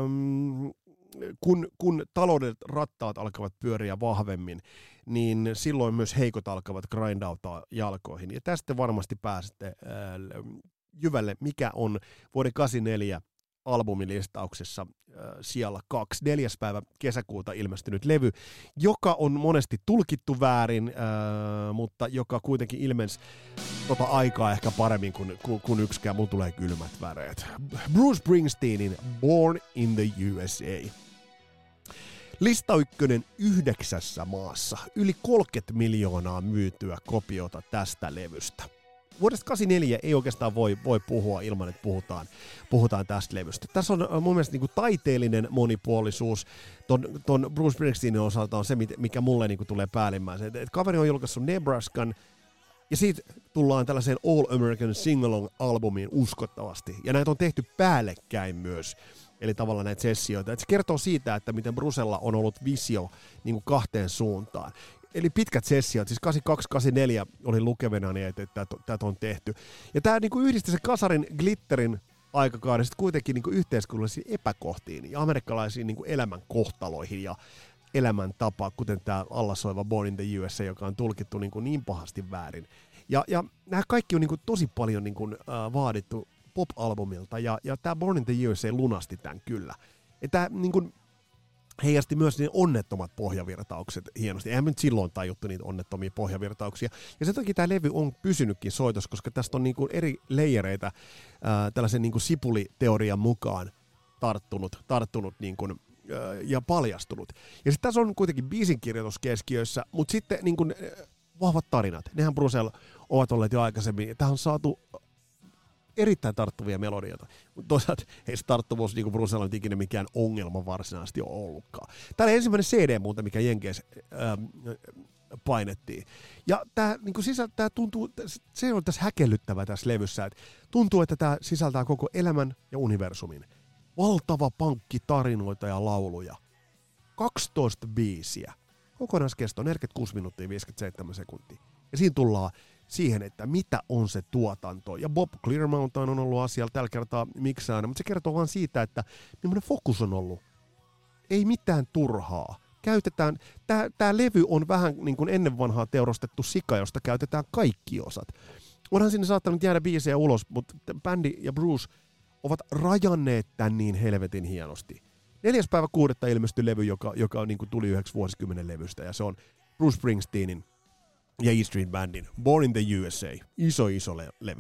Kun talouden rattaat alkavat pyöriä vahvemmin, niin silloin myös heikot alkavat grindautaa jalkoihin. Ja tästä varmasti pääsette jyvälle, mikä on vuoden 84 albumilistauksessa siellä 2. 4. päivä kesäkuuta ilmestynyt levy, joka on monesti tulkittu väärin, mutta joka kuitenkin ilmensi aikaa ehkä paremmin kuin yksikään. Mun tulee kylmät väreet. Bruce Springsteenin Born in the USA. Lista 1 9 maassa. Yli 30 miljoonaa myytyä kopiota tästä levystä. Vuodesta 84 ei oikeastaan voi puhua ilman, että puhutaan tästä levystä. Tässä on mun mielestä niin kuin taiteellinen monipuolisuus. Ton Bruce Springsteenin osalta on se, mikä mulle niin kuin tulee päällimmäisenä. Kaveri on julkaissut Nebraskan, ja siitä tullaan tällaiseen All American Sing-Along-albumiin uskottavasti. Ja näitä on tehty päällekkäin myös. Eli tavallaan näitä sessioita. Et se kertoo siitä, että miten Brucella on ollut visio niin kuin kahteen suuntaan. Eli pitkät sessiot, siis 82-84 oli lukevena, niin että tätä on tehty. Ja tämä niin kuin yhdisti se kasarin glitterin aikakauden sitten kuitenkin niin kuin yhteiskunnallisiin epäkohtiin ja amerikkalaisiin niin kuin elämän kohtaloihin ja elämäntapaa, kuten tämä allasoiva Born in the USA, joka on tulkittu niin pahasti väärin. Ja nämä kaikki on niin kuin tosi paljon niin kuin, vaadittu pop-albumilta, ja tämä Born in the USA lunasti tämän kyllä. Ja tämä niin kuin heijasti myös ne onnettomat pohjavirtaukset hienosti. Eihän me nyt silloin tajuttu niitä onnettomia pohjavirtauksia. Ja sen takia tämä levy on pysynytkin soitossa, koska tästä on niin kuin eri leijereitä tällaisen niin kuin sipuliteorian mukaan tarttunut niin kuin, ja paljastunut. Ja sitten tässä on kuitenkin biisinkirjoitus keskiössä, mutta sitten niin kuin, vahvat tarinat. Nehän Brucella ovat olleet jo aikaisemmin. Tähän on saatu erittäin tarttuvia melodioita. Mutta toisaalta ei se tarttuvuus niin kuin Brucella nyt ikinä mikään ongelma varsinaisesti ole ollutkaan. Tämä oli ensimmäinen CD muuten, mikä Jenkeissä painettiin. Ja tämä niin sisältää, tuntuu, se on tässä häkellyttävää tässä levyssä, että tuntuu, että tämä sisältää koko elämän ja universumin. Valtava pankki tarinoita ja lauluja. 12 biisiä. Kokonaiskesto 46 minuuttia 57 sekuntia. Ja siinä tullaan siihen, että mitä on se tuotanto. Ja Bob Clearmountain on ollut asialla tällä kertaa miksaana, mutta se kertoo vaan siitä, että millainen fokus on ollut. Ei mitään turhaa. Käytetään, tämä levy on vähän niin kuin ennen vanhaa teurastettu sika, josta käytetään kaikki osat. Onhan sinne saattanut jäädä biisejä ulos, mutta bändi ja Bruce ovat rajanneet tän niin helvetin hienosti. 4.6. ilmestyi levy, joka niin kuin tuli 9 vuosikymmenen levystä, ja se on Bruce Springsteenin ja E Street Bandin Born in the USA. Iso levy.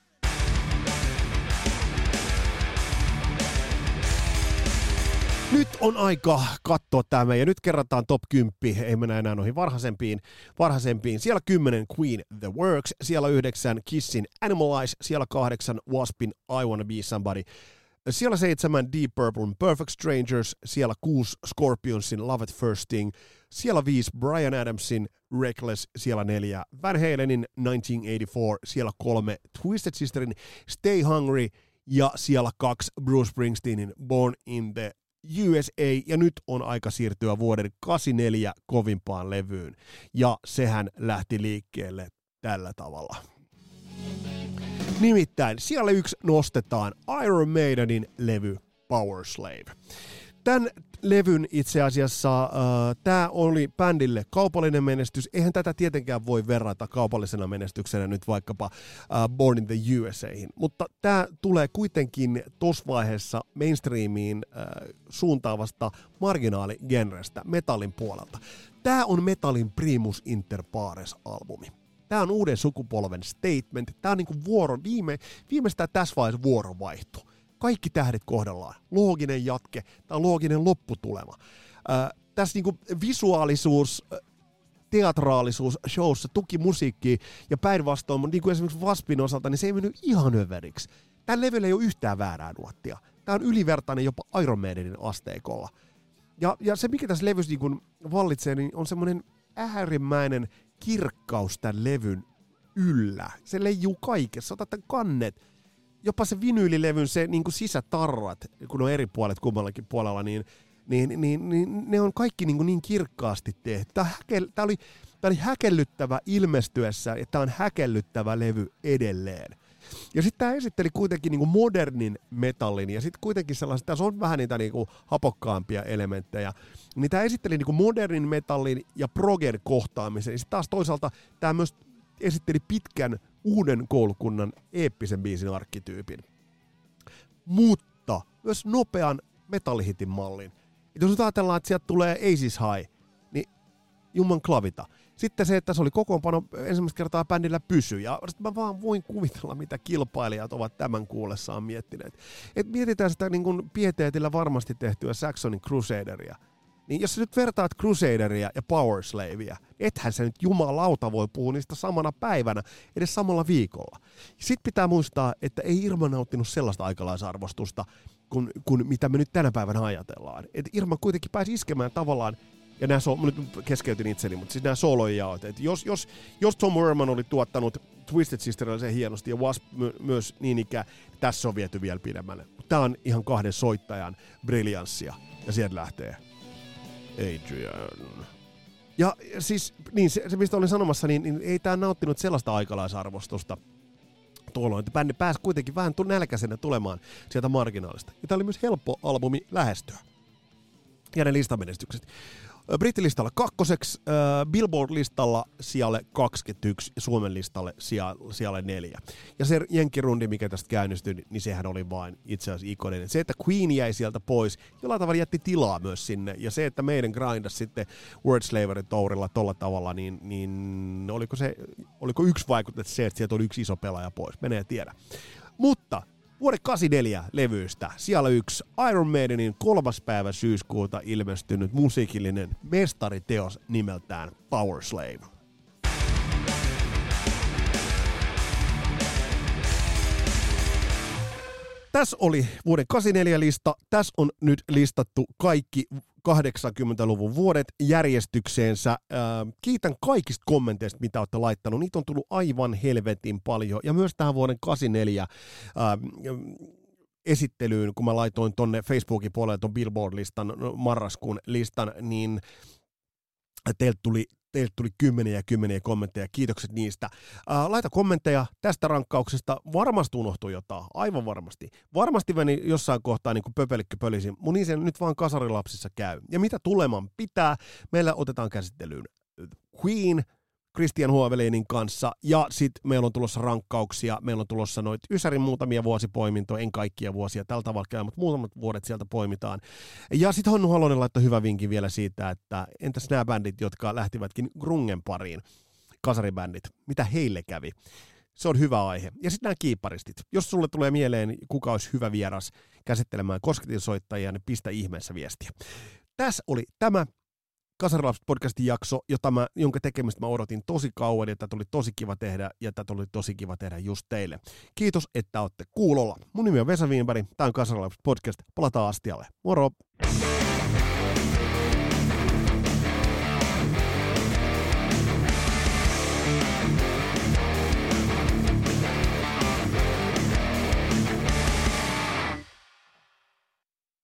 Nyt on aika katsoa tämä, ja nyt kerrataan top 10, ei mennä enää noihin varhaisempiin. Siellä 10 Queen The Works, siellä 9 Kissin Animalize, siellä 8 Waspin I Wanna Be Somebody, siellä 7 Deep Purplen Perfect Strangers, siellä 6 Scorpionsin Love at First Sting, siellä 5 Bryan Adamsin Reckless, siellä 4 Van Halenin 1984, siellä 3 Twisted Sisterin Stay Hungry, ja siellä 2 Bruce Springsteenin Born in the USA, ja nyt on aika siirtyä vuoden 84 kovimpaan levyyn, ja sehän lähti liikkeelle tällä tavalla. Nimittäin siellä 1 nostetaan Iron Maidenin levy Powerslave. Tämän levyn itse asiassa tämä oli bändille kaupallinen menestys. Eihän tätä tietenkään voi verrata kaupallisena menestyksenä nyt vaikkapa Born in the USA:hin, mutta tämä tulee kuitenkin tuossa vaiheessa mainstreamiin suuntaavasta marginaaligenrestä, metallin puolelta. Tämä on metallin primus inter pares-albumi. Tämä on uuden sukupolven statement. Tämä on niinku viimeistään tässä vaiheessa vuorovaihto. Kaikki tähdet kohdallaan. Looginen jatke, tämä on looginen lopputulema. Tässä niinku visuaalisuus, teatraalisuus showssa tuki musiikkia ja päinvastoin, niin kuin esimerkiksi Waspin osalta, niin se ei mennyt ihan överiksi. Tällä levyllä ei ole yhtään väärää nuottia. Tämä on ylivertainen jopa Iron Maidenin asteikolla. Ja se, mikä tässä levyssä niin vallitsee, niin on semmoinen äärimmäinen kirkkaus tämän levyn yllä. Se leijuu kaikessa. Otat tämän kannet. Jopa se vinyylilevyn se niin kuin sisätarrat, kun on eri puolet kummallakin puolella, niin ne on kaikki niin kirkkaasti tehty. Tämä oli häkellyttävä ilmestyessä, ja tämä on häkellyttävä levy edelleen. Ja sitten tämä esitteli kuitenkin niin kuin modernin metallin, ja sitten kuitenkin sellaiset, tässä on vähän niitä niin kuin hapokkaampia elementtejä, niin tämä esitteli niin kuin modernin metallin ja progen kohtaamisen, ja sitten taas toisaalta tämä myös esitteli pitkän uuden koulukunnan eeppisen biisin arkkityypin. Mutta myös nopean metallihitin mallin. Jos nyt ajatellaan, että sieltä tulee Aces High, niin jumman klavita. Sitten se, että se oli kokoonpano ensimmäistä kertaa bändillä pysy. Ja mä vaan voin kuvitella, mitä kilpailijat ovat tämän kuullessaan miettineet. Et mietitään sitä niin kuin pieteetillä varmasti tehtyä Saxonin Crusaderia. Niin jos sä nyt vertaat Crusaderia ja Powerslavea, ethän sä nyt jumalauta voi puhua niistä samana päivänä, edes samalla viikolla. Sitten pitää muistaa, että ei Irma nauttinut sellaista aikalaisarvostusta, kuin mitä me nyt tänä päivänä ajatellaan. Et Irma kuitenkin pääsi iskemään tavallaan, ja mä nyt keskeytin itseni, mutta siis nämä solojaot, että jos Tom Werman oli tuottanut Twisted Sisterille sen hienosti, ja Wasp myös niin ikään, tässä on viety vielä pidemmälle. Tää on ihan kahden soittajan briljanssia, ja sieltä lähtee Adrian. Ja siis, niin se mistä olin sanomassa, niin ei tää nauttinut sellaista aikalaisarvostusta tuolloin, että bändi pääsi kuitenkin vähän nälkäisenä tulemaan sieltä marginaalista. Ja tää oli myös helppo albumi lähestyä. Ja ne listamenestykset. Brittilistalla 2, Billboard-listalla sijalle 21 ja Suomen listalle sijalle 4. Ja se jenkkirundi, mikä tästä käynnistyi, niin sehän oli vain itse asiassa ikoninen. Se, että Queen jäi sieltä pois, jollain tavalla jätti tilaa myös sinne. Ja se, että meidän grindasi sitten Wordslaverin tourilla tolla tavalla, niin oliko yksi vaikuttaa se, että sieltä oli yksi iso pelaaja pois. Menee tiedä. Mutta vuoden 84 levyistä siellä 1 Iron Maidenin 3. päivä syyskuuta ilmestynyt musiikillinen mestariteos nimeltään Powerslave. Tässä oli vuoden 84 lista. Tässä on nyt listattu kaikki 80-luvun vuodet järjestykseensä. Kiitän kaikista kommenteista, mitä olette laittanut. Niitä on tullut aivan helvetin paljon. Ja myös tähän vuoden 84 esittelyyn, kun mä laitoin tonne Facebookin puolelle ton Billboard-listan, marraskuun listan, niin teiltä tuli kymmeniä kommentteja, kiitokset niistä. Laita kommentteja tästä rankkauksesta, varmasti unohtui jotain, aivan varmasti. Varmasti meni jossain kohtaa niin kuin pöpelikkä pölisin, mun niin se nyt vaan kasarilapsissa käy. Ja mitä tuleman pitää, meillä otetaan käsittelyyn Queen, Christian Huovelinin kanssa, ja sitten meillä on tulossa rankkauksia, meillä on tulossa noita Ysärin muutamia vuosipoimintoja, en kaikkia vuosia tällä tavalla käy, mutta muutamat vuodet sieltä poimitaan. Ja sitten Hannu Halonen laittoi hyvä vinkin vielä siitä, että entäs nämä bändit, jotka lähtivätkin grungen pariin, kasaribändit, mitä heille kävi? Se on hyvä aihe. Ja sitten nämä kiipparistit. Jos sulle tulee mieleen, kuka olisi hyvä vieras käsittelemään kosketinsoittajia, niin pistä ihmeessä viestiä. Tässä oli tämä Kasarilapset-podcastin jakso, jonka tekemistä mä odotin tosi kauan, ja tätä oli tosi kiva tehdä, ja tätä oli tosi kiva tehdä just teille. Kiitos, että olette kuulolla. Mun nimi on Vesa Wienberg, tää on Kasarilapset-podcast, palataan astialle. Moro!